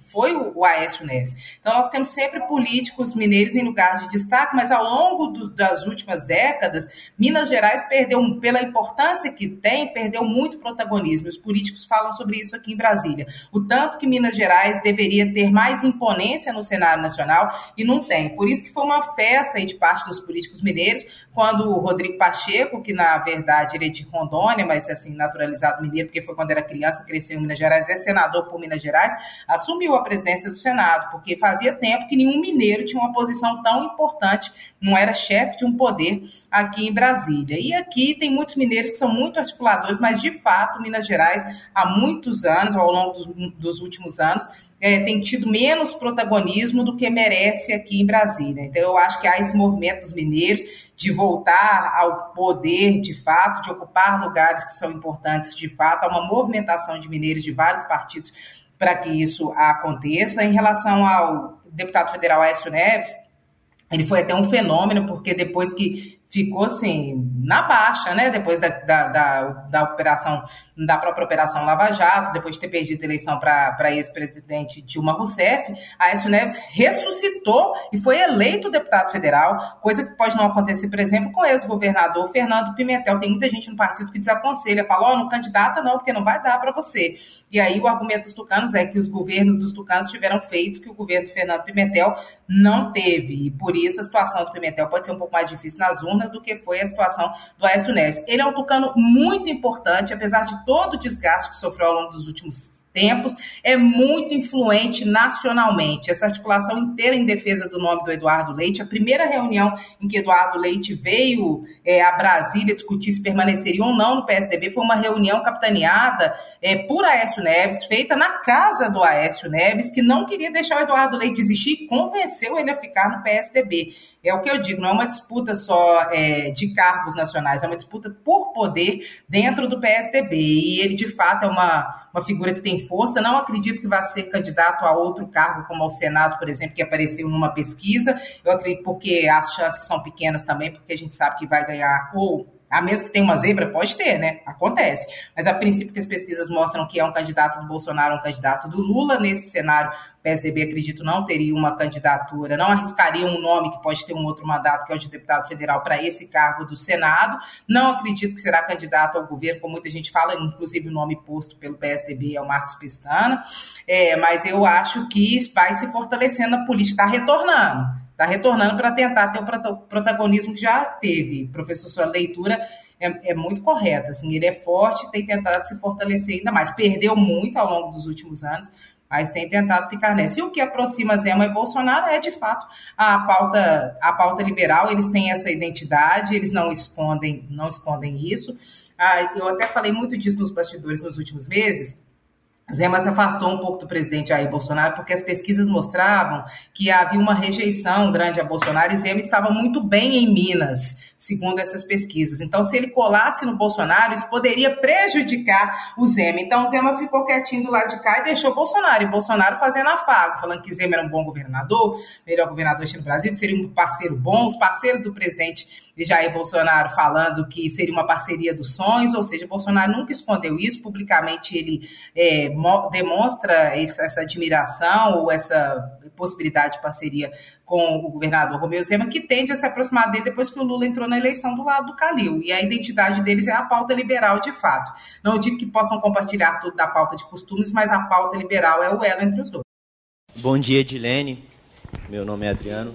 foi o Aécio Neves. Então, nós temos sempre políticos mineiros em lugar de destaque, mas ao longo das últimas décadas, Minas Gerais perdeu, pela importância que tem, perdeu muito protagonismo. Os políticos falam sobre isso aqui em Brasília. O tanto que Minas Gerais deveria ter mais imponência no cenário nacional e não tem. Por isso que foi uma festa aí de parte dos políticos mineiros, quando o Rodrigo Pacheco, que na verdade ele é de Rondônia, mas assim, naturalizado mineiro, porque foi quando era criança, cresceu em Minas Gerais, é senador por Minas Gerais, assumiu a presidência do Senado, porque fazia tempo que nenhum mineiro tinha uma posição tão importante, não era chefe de um poder aqui em Brasília. E aqui tem muitos mineiros que são muito articuladores, mas de fato Minas Gerais há muitos anos, ao longo dos últimos anos, tem tido menos protagonismo do que merece aqui em Brasília. Então eu acho que há esse movimento dos mineiros de voltar ao poder de fato, de ocupar lugares que são importantes de fato, há uma movimentação de mineiros de vários partidos para que isso aconteça. Em relação ao deputado federal Aécio Neves, ele foi até um fenômeno, porque depois que ficou assim, na baixa, né? Depois da operação, da própria Operação Lava Jato, depois de ter perdido a eleição para ex-presidente Dilma Rousseff, Aécio Neves ressuscitou e foi eleito deputado federal, coisa que pode não acontecer, por exemplo, com o ex-governador Fernando Pimentel. Tem muita gente no partido que desaconselha, fala, não candidata não, porque não vai dar para você. E aí o argumento dos tucanos é que os governos dos tucanos tiveram feitos que o governo de Fernando Pimentel não teve, e por isso a situação do Pimentel pode ser um pouco mais difícil nas urnas do que foi a situação do Aécio Neves. Ele é um tucano muito importante, apesar de todo o desgaste que sofreu ao longo dos últimos tempos, é muito influente nacionalmente. Essa articulação inteira em defesa do nome do Eduardo Leite, a primeira reunião em que Eduardo Leite veio a Brasília discutir se permaneceria ou não no PSDB, foi uma reunião capitaneada por Aécio Neves, feita na casa do Aécio Neves, que não queria deixar o Eduardo Leite desistir e convenceu ele a ficar no PSDB. É o que eu digo, não é uma disputa só de cargos nacionais, é uma disputa por poder dentro do PSDB. E ele, de fato, é uma figura que tem força. Não acredito que vá ser candidato a outro cargo, como ao Senado, por exemplo, que apareceu numa pesquisa. Eu acredito porque as chances são pequenas também, porque a gente sabe que vai ganhar ou... A menos que tenha uma zebra, pode ter, né? Acontece. Mas, a princípio, que as pesquisas mostram que é um candidato do Bolsonaro, um candidato do Lula. Nesse cenário, o PSDB, acredito, não teria uma candidatura, não arriscaria um nome que pode ter um outro mandato, que é o de deputado federal, para esse cargo do Senado. Não acredito que será candidato ao governo, como muita gente fala, inclusive o nome posto pelo PSDB é o Marcos Pestana. Mas eu acho que vai se fortalecendo a política, está retornando para tentar ter o protagonismo que já teve. Professor, sua leitura é muito correta. Assim, ele é forte, tem tentado se fortalecer ainda mais. Perdeu muito ao longo dos últimos anos, mas tem tentado ficar nessa. E o que aproxima Zema e Bolsonaro é, de fato, a pauta liberal. Eles têm essa identidade, eles não escondem isso. Eu até falei muito disso nos bastidores nos últimos meses. Zema se afastou um pouco do presidente Jair Bolsonaro porque as pesquisas mostravam que havia uma rejeição grande a Bolsonaro e Zema estava muito bem em Minas, segundo essas pesquisas. Então, se ele colasse no Bolsonaro, isso poderia prejudicar o Zema. Então, o Zema ficou quietinho do lado de cá e deixou Bolsonaro. E Bolsonaro fazendo afago, falando que Zema era um bom governador, melhor governador no Brasil, que seria um parceiro bom. Os parceiros do presidente Jair Bolsonaro falando que seria uma parceria dos sonhos, ou seja, Bolsonaro nunca escondeu isso. Publicamente, ele demonstra essa admiração ou essa possibilidade de parceria com o governador Romeu Zema, que tende a se aproximar dele depois que o Lula entrou na eleição do lado do Calil. E a identidade deles é a pauta liberal, de fato. Não digo que possam compartilhar tudo da pauta de costumes, mas a pauta liberal é o elo entre os dois. Bom dia, Edilene. Meu nome é Adriano.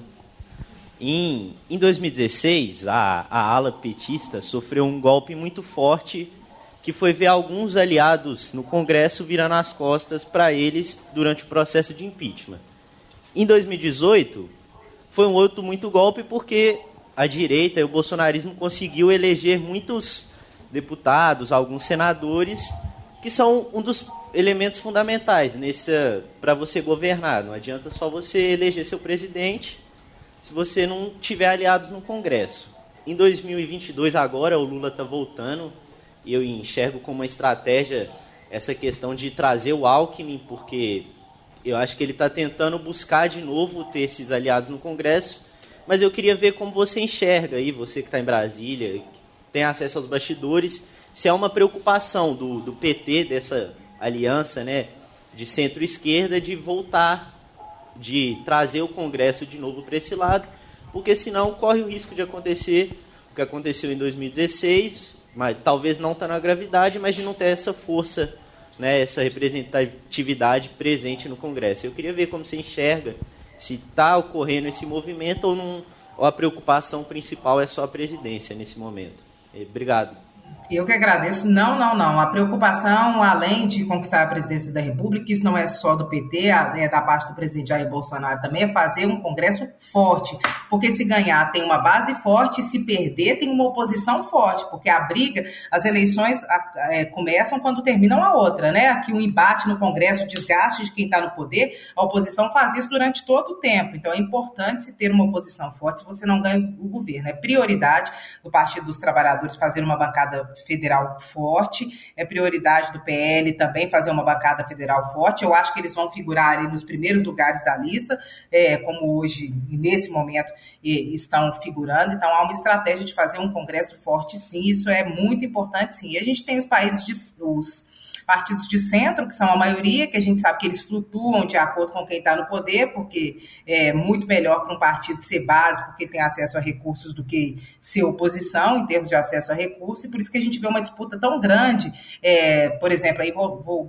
Em 2016, a ala petista sofreu um golpe muito forte, que foi ver alguns aliados no Congresso virando as costas para eles durante o processo de impeachment. Em 2018, foi um outro muito golpe, porque a direita e o bolsonarismo conseguiu eleger muitos deputados, alguns senadores, que são um dos elementos fundamentais para você governar. Não adianta só você eleger seu presidente se você não tiver aliados no Congresso. Em 2022, agora, o Lula está voltando, e eu enxergo como uma estratégia essa questão de trazer o Alckmin, porque eu acho que ele está tentando buscar de novo ter esses aliados no Congresso, mas eu queria ver como você enxerga aí, você que está em Brasília, que tem acesso aos bastidores, se é uma preocupação do PT, dessa aliança, né, de centro-esquerda de voltar, de trazer o Congresso de novo para esse lado, porque senão corre o risco de acontecer o que aconteceu em 2016, mas talvez não está na gravidade, mas de não ter essa força, né, essa representatividade presente no Congresso. Eu queria ver como você enxerga, se está ocorrendo esse movimento ou não, ou a preocupação principal é só a presidência nesse momento. Obrigado. Eu que agradeço. Não. A preocupação, além de conquistar a presidência da República, isso não é só do PT, é da parte do presidente Jair Bolsonaro também, é fazer um Congresso forte. Porque se ganhar tem uma base forte, se perder tem uma oposição forte. Porque a briga, as eleições começam quando terminam a outra, né? Aqui um embate no Congresso, o desgaste de quem está no poder, a oposição faz isso durante todo o tempo. Então é importante se ter uma oposição forte se você não ganha o governo. É prioridade do Partido dos Trabalhadores fazer uma bancada federal forte, é prioridade do PL também fazer uma bancada federal forte. Eu acho que eles vão figurar ali nos primeiros lugares da lista, como hoje, nesse momento, estão figurando. Então, há uma estratégia de fazer um Congresso forte, sim, isso é muito importante, sim. E a gente tem os partidos de centro, que são a maioria, que a gente sabe que eles flutuam de acordo com quem está no poder, porque é muito melhor para um partido ser base, porque ele tem acesso a recursos, do que ser oposição em termos de acesso a recursos, e por isso que a gente vê uma disputa tão grande. Por exemplo, aí vou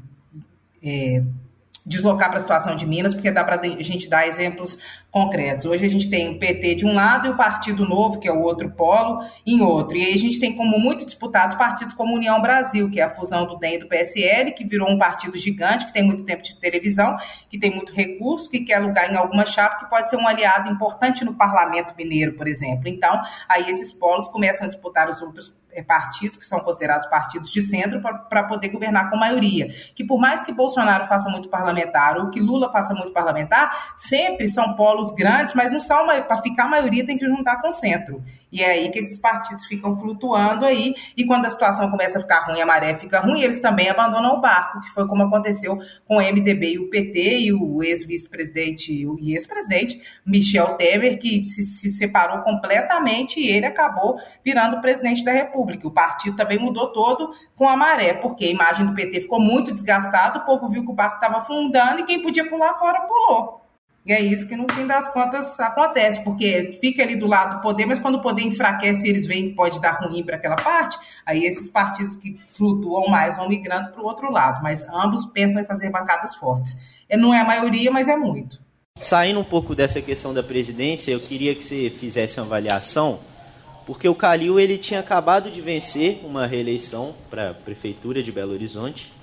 deslocar para a situação de Minas, porque dá para a gente dar exemplos concretos. Hoje a gente tem o PT de um lado e o Partido Novo, que é o outro polo, em outro. E aí a gente tem como muito disputados partidos como União Brasil, que é a fusão do DEM e do PSL, que virou um partido gigante, que tem muito tempo de televisão, que tem muito recurso, que quer lugar em alguma chapa, que pode ser um aliado importante no parlamento mineiro, por exemplo. Então, aí esses polos começam a disputar os outros partidos, que são considerados partidos de centro, para poder governar com maioria. Que por mais que Bolsonaro faça muito parlamentar, ou que Lula faça muito parlamentar, sempre são polos grandes, mas não são, para ficar a maioria tem que juntar com o centro. E é aí que esses partidos ficam flutuando aí, e quando a situação começa a ficar ruim, a maré fica ruim, eles também abandonam o barco, que foi como aconteceu com o MDB e o PT, e o ex-vice-presidente e ex-presidente Michel Temer, que se separou completamente, e ele acabou virando presidente da República. O partido também mudou todo com a maré, porque a imagem do PT ficou muito desgastada, o povo viu que o barco estava afundando e quem podia pular fora pulou. E é isso que no fim das contas acontece, porque fica ali do lado do poder, mas quando o poder enfraquece, eles veem que pode dar ruim para aquela parte, aí esses partidos que flutuam mais vão migrando para o outro lado, mas ambos pensam em fazer bancadas fortes. Não é a maioria, mas é muito. Saindo um pouco dessa questão da presidência, eu queria que você fizesse uma avaliação, porque o Calil ele tinha acabado de vencer uma reeleição para a Prefeitura de Belo Horizonte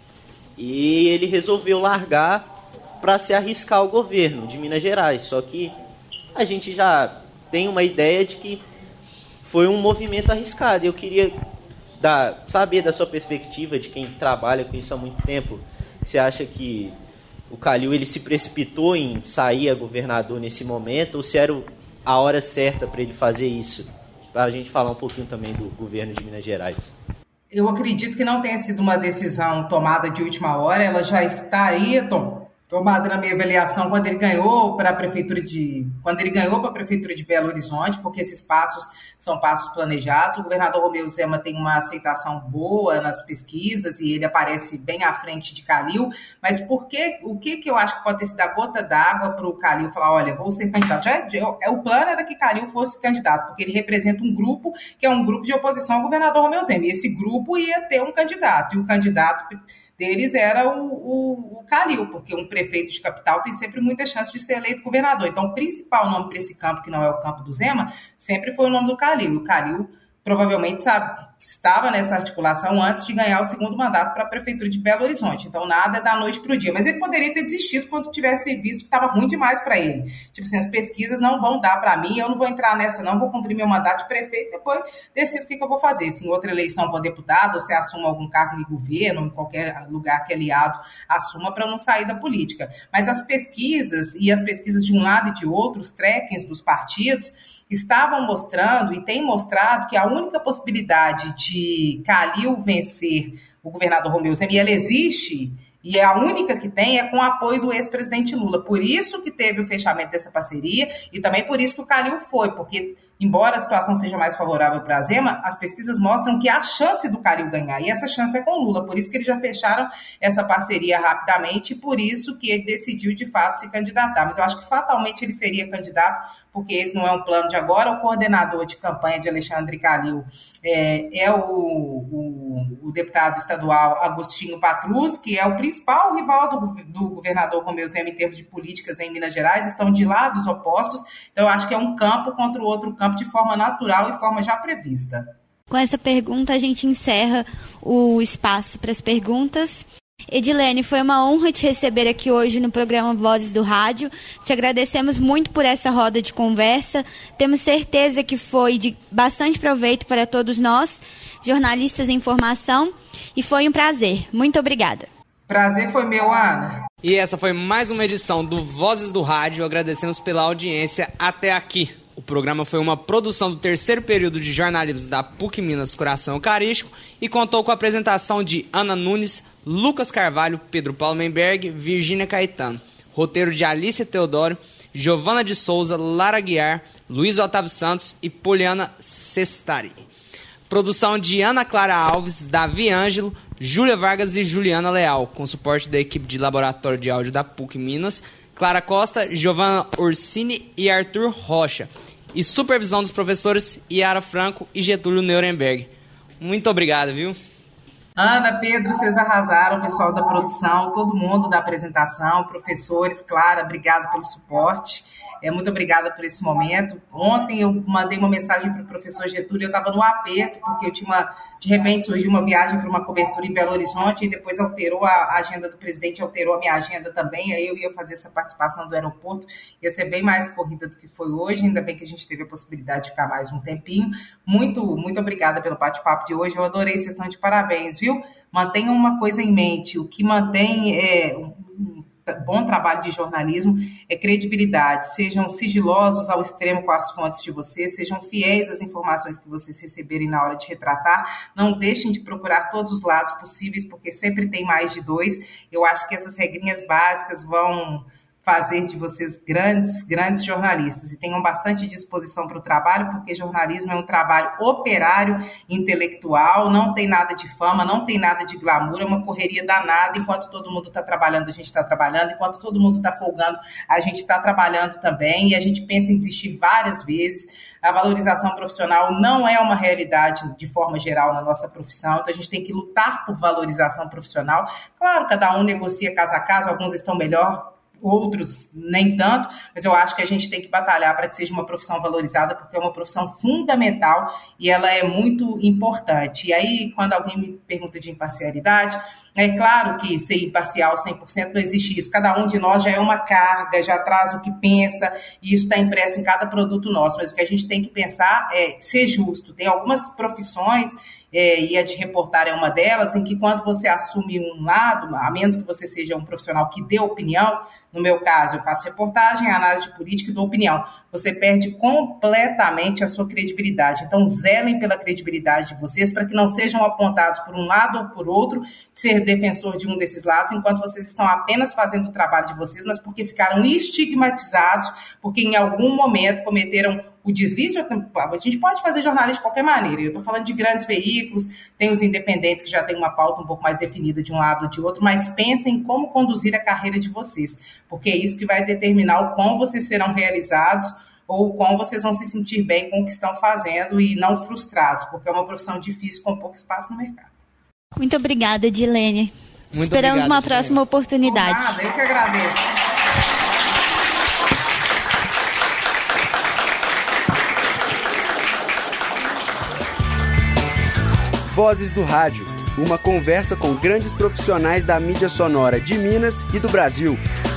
e ele resolveu largar para se arriscar ao governo de Minas Gerais. Só que a gente já tem uma ideia de que foi um movimento arriscado. Eu queria saber da sua perspectiva, de quem trabalha com isso há muito tempo, você acha que o Calil ele se precipitou em sair a governador nesse momento, ou se era a hora certa para ele fazer isso? Para a gente falar um pouquinho também do governo de Minas Gerais. Eu acredito que não tenha sido uma decisão tomada de última hora, ela já estaria tomada na minha avaliação quando ele ganhou para a prefeitura de Belo Horizonte, porque esses passos são passos planejados. O governador Romeu Zema tem uma aceitação boa nas pesquisas e ele aparece bem à frente de Calil, mas o que eu acho que pode ter sido a gota d'água para o Calil falar, olha, vou ser candidato. O plano era que Calil fosse candidato, porque ele representa um grupo que é um grupo de oposição ao governador Romeu Zema, e esse grupo ia ter um candidato, e o candidato deles era o Calil, porque um prefeito de capital tem sempre muita chance de ser eleito governador. Então, o principal nome para esse campo, que não é o campo do Zema, sempre foi o nome do Calil. E o Calil provavelmente estava nessa articulação antes de ganhar o segundo mandato para a Prefeitura de Belo Horizonte. Então, nada é da noite para o dia. Mas ele poderia ter desistido quando tivesse visto que estava ruim demais para ele. Tipo assim, as pesquisas não vão dar para mim, eu não vou entrar nessa não, vou cumprir meu mandato de prefeito, depois decido o que eu vou fazer. Se em outra eleição for deputado, ou se assuma algum cargo em governo, em qualquer lugar que aliado assuma, para não sair da política. Mas as pesquisas, e as pesquisas de um lado e de outro, os trackings dos partidos, estavam mostrando e têm mostrado que a única possibilidade de Calil vencer o governador Romeu Zema, e ela existe, E a única que tem é com o apoio do ex-presidente Lula. Por isso que teve o fechamento dessa parceria e também por isso que o Calil foi, porque, embora a situação seja mais favorável para a Zema, as pesquisas mostram que há chance do Calil ganhar, e essa chance é com Lula. Por isso que eles já fecharam essa parceria rapidamente e por isso que ele decidiu, de fato, se candidatar. Mas eu acho que fatalmente ele seria candidato, porque esse não é um plano de agora. O coordenador de campanha de Alexandre Calil é o deputado estadual Agostinho Patrus, que é o principal rival do governador Romeu Zema em termos de políticas em Minas Gerais. Estão de lados opostos, então eu acho que é um campo contra o outro campo de forma natural e forma já prevista. Com essa pergunta, a gente encerra o espaço para as perguntas. Edilene, foi uma honra te receber aqui hoje no programa Vozes do Rádio. Te agradecemos muito por essa roda de conversa. Temos certeza que foi de bastante proveito para todos nós, jornalistas em formação, e foi um prazer. Muito obrigada. Prazer foi meu, Ana. E essa foi mais uma edição do Vozes do Rádio. Agradecemos pela audiência até aqui. O programa foi uma produção do terceiro período de jornalismo da PUC Minas Coração Eucarístico e contou com a apresentação de Ana Nunes, Lucas Carvalho, Pedro Paulo Menberg, Virgínia Caetano. Roteiro de Alicia Teodoro, Giovana de Souza, Lara Guiar, Luiz Otávio Santos e Poliana Sestari. Produção de Ana Clara Alves, Davi Ângelo, Júlia Vargas e Juliana Leal, com suporte da equipe de laboratório de áudio da PUC Minas, Clara Costa, Giovana Orsini e Arthur Rocha. E supervisão dos professores Yara Franco e Getúlio Nuremberg. Muito obrigado, viu? Ana, Pedro, vocês arrasaram, o pessoal da produção, todo mundo da apresentação, professores, Clara, obrigada pelo suporte. Muito obrigada por esse momento. Ontem eu mandei uma mensagem para o professor Getúlio, eu estava no aperto, porque eu tinha de repente surgiu uma viagem para uma cobertura em Belo Horizonte e depois alterou a agenda do presidente, alterou a minha agenda também, aí eu ia fazer essa participação do aeroporto, ia ser bem mais corrida do que foi hoje, ainda bem que a gente teve a possibilidade de ficar mais um tempinho. Muito, muito obrigada pelo bate-papo de hoje, eu adorei, vocês estão de parabéns, viu? Mantenham uma coisa em mente, o que mantém bom trabalho de jornalismo é credibilidade. Sejam sigilosos ao extremo com as fontes de vocês, sejam fiéis às informações que vocês receberem na hora de retratar, não deixem de procurar todos os lados possíveis, porque sempre tem mais de dois. Eu acho que essas regrinhas básicas vão fazer de vocês grandes jornalistas, e tenham bastante disposição para o trabalho, porque jornalismo é um trabalho operário, intelectual, não tem nada de fama, não tem nada de glamour, é uma correria danada. Enquanto todo mundo está trabalhando, a gente está trabalhando, enquanto todo mundo está folgando, a gente está trabalhando também, e a gente pensa em desistir várias vezes. A valorização profissional não é uma realidade de forma geral na nossa profissão, então a gente tem que lutar por valorização profissional. Claro, cada um negocia caso a caso, alguns estão melhor, outros nem tanto, mas eu acho que a gente tem que batalhar para que seja uma profissão valorizada, porque é uma profissão fundamental e ela é muito importante. E aí, quando alguém me pergunta de imparcialidade, é claro que ser imparcial 100% não existe isso. Cada um de nós já é uma carga, já traz o que pensa, e isso está impresso em cada produto nosso, mas o que a gente tem que pensar é ser justo. Tem algumas profissões, e a de reportar é uma delas, em que quando você assume um lado, a menos que você seja um profissional que dê opinião, no meu caso, eu faço reportagem, análise de política e dou opinião, você perde completamente a sua credibilidade. Então, zelem pela credibilidade de vocês, para que não sejam apontados por um lado ou por outro, ser defensor de um desses lados, enquanto vocês estão apenas fazendo o trabalho de vocês, mas porque ficaram estigmatizados, porque em algum momento cometeram o deslize. A gente pode fazer jornalismo de qualquer maneira, eu estou falando de grandes veículos, tem os independentes que já tem uma pauta um pouco mais definida de um lado ou de outro, mas pensem como conduzir a carreira de vocês, porque é isso que vai determinar o quão vocês serão realizados ou o quão vocês vão se sentir bem com o que estão fazendo e não frustrados, porque é uma profissão difícil com pouco espaço no mercado. Muito obrigada, Edilene. Muito Esperamos obrigado, uma próxima oportunidade. Nada, eu que agradeço. Vozes do Rádio, uma conversa com grandes profissionais da mídia sonora de Minas e do Brasil.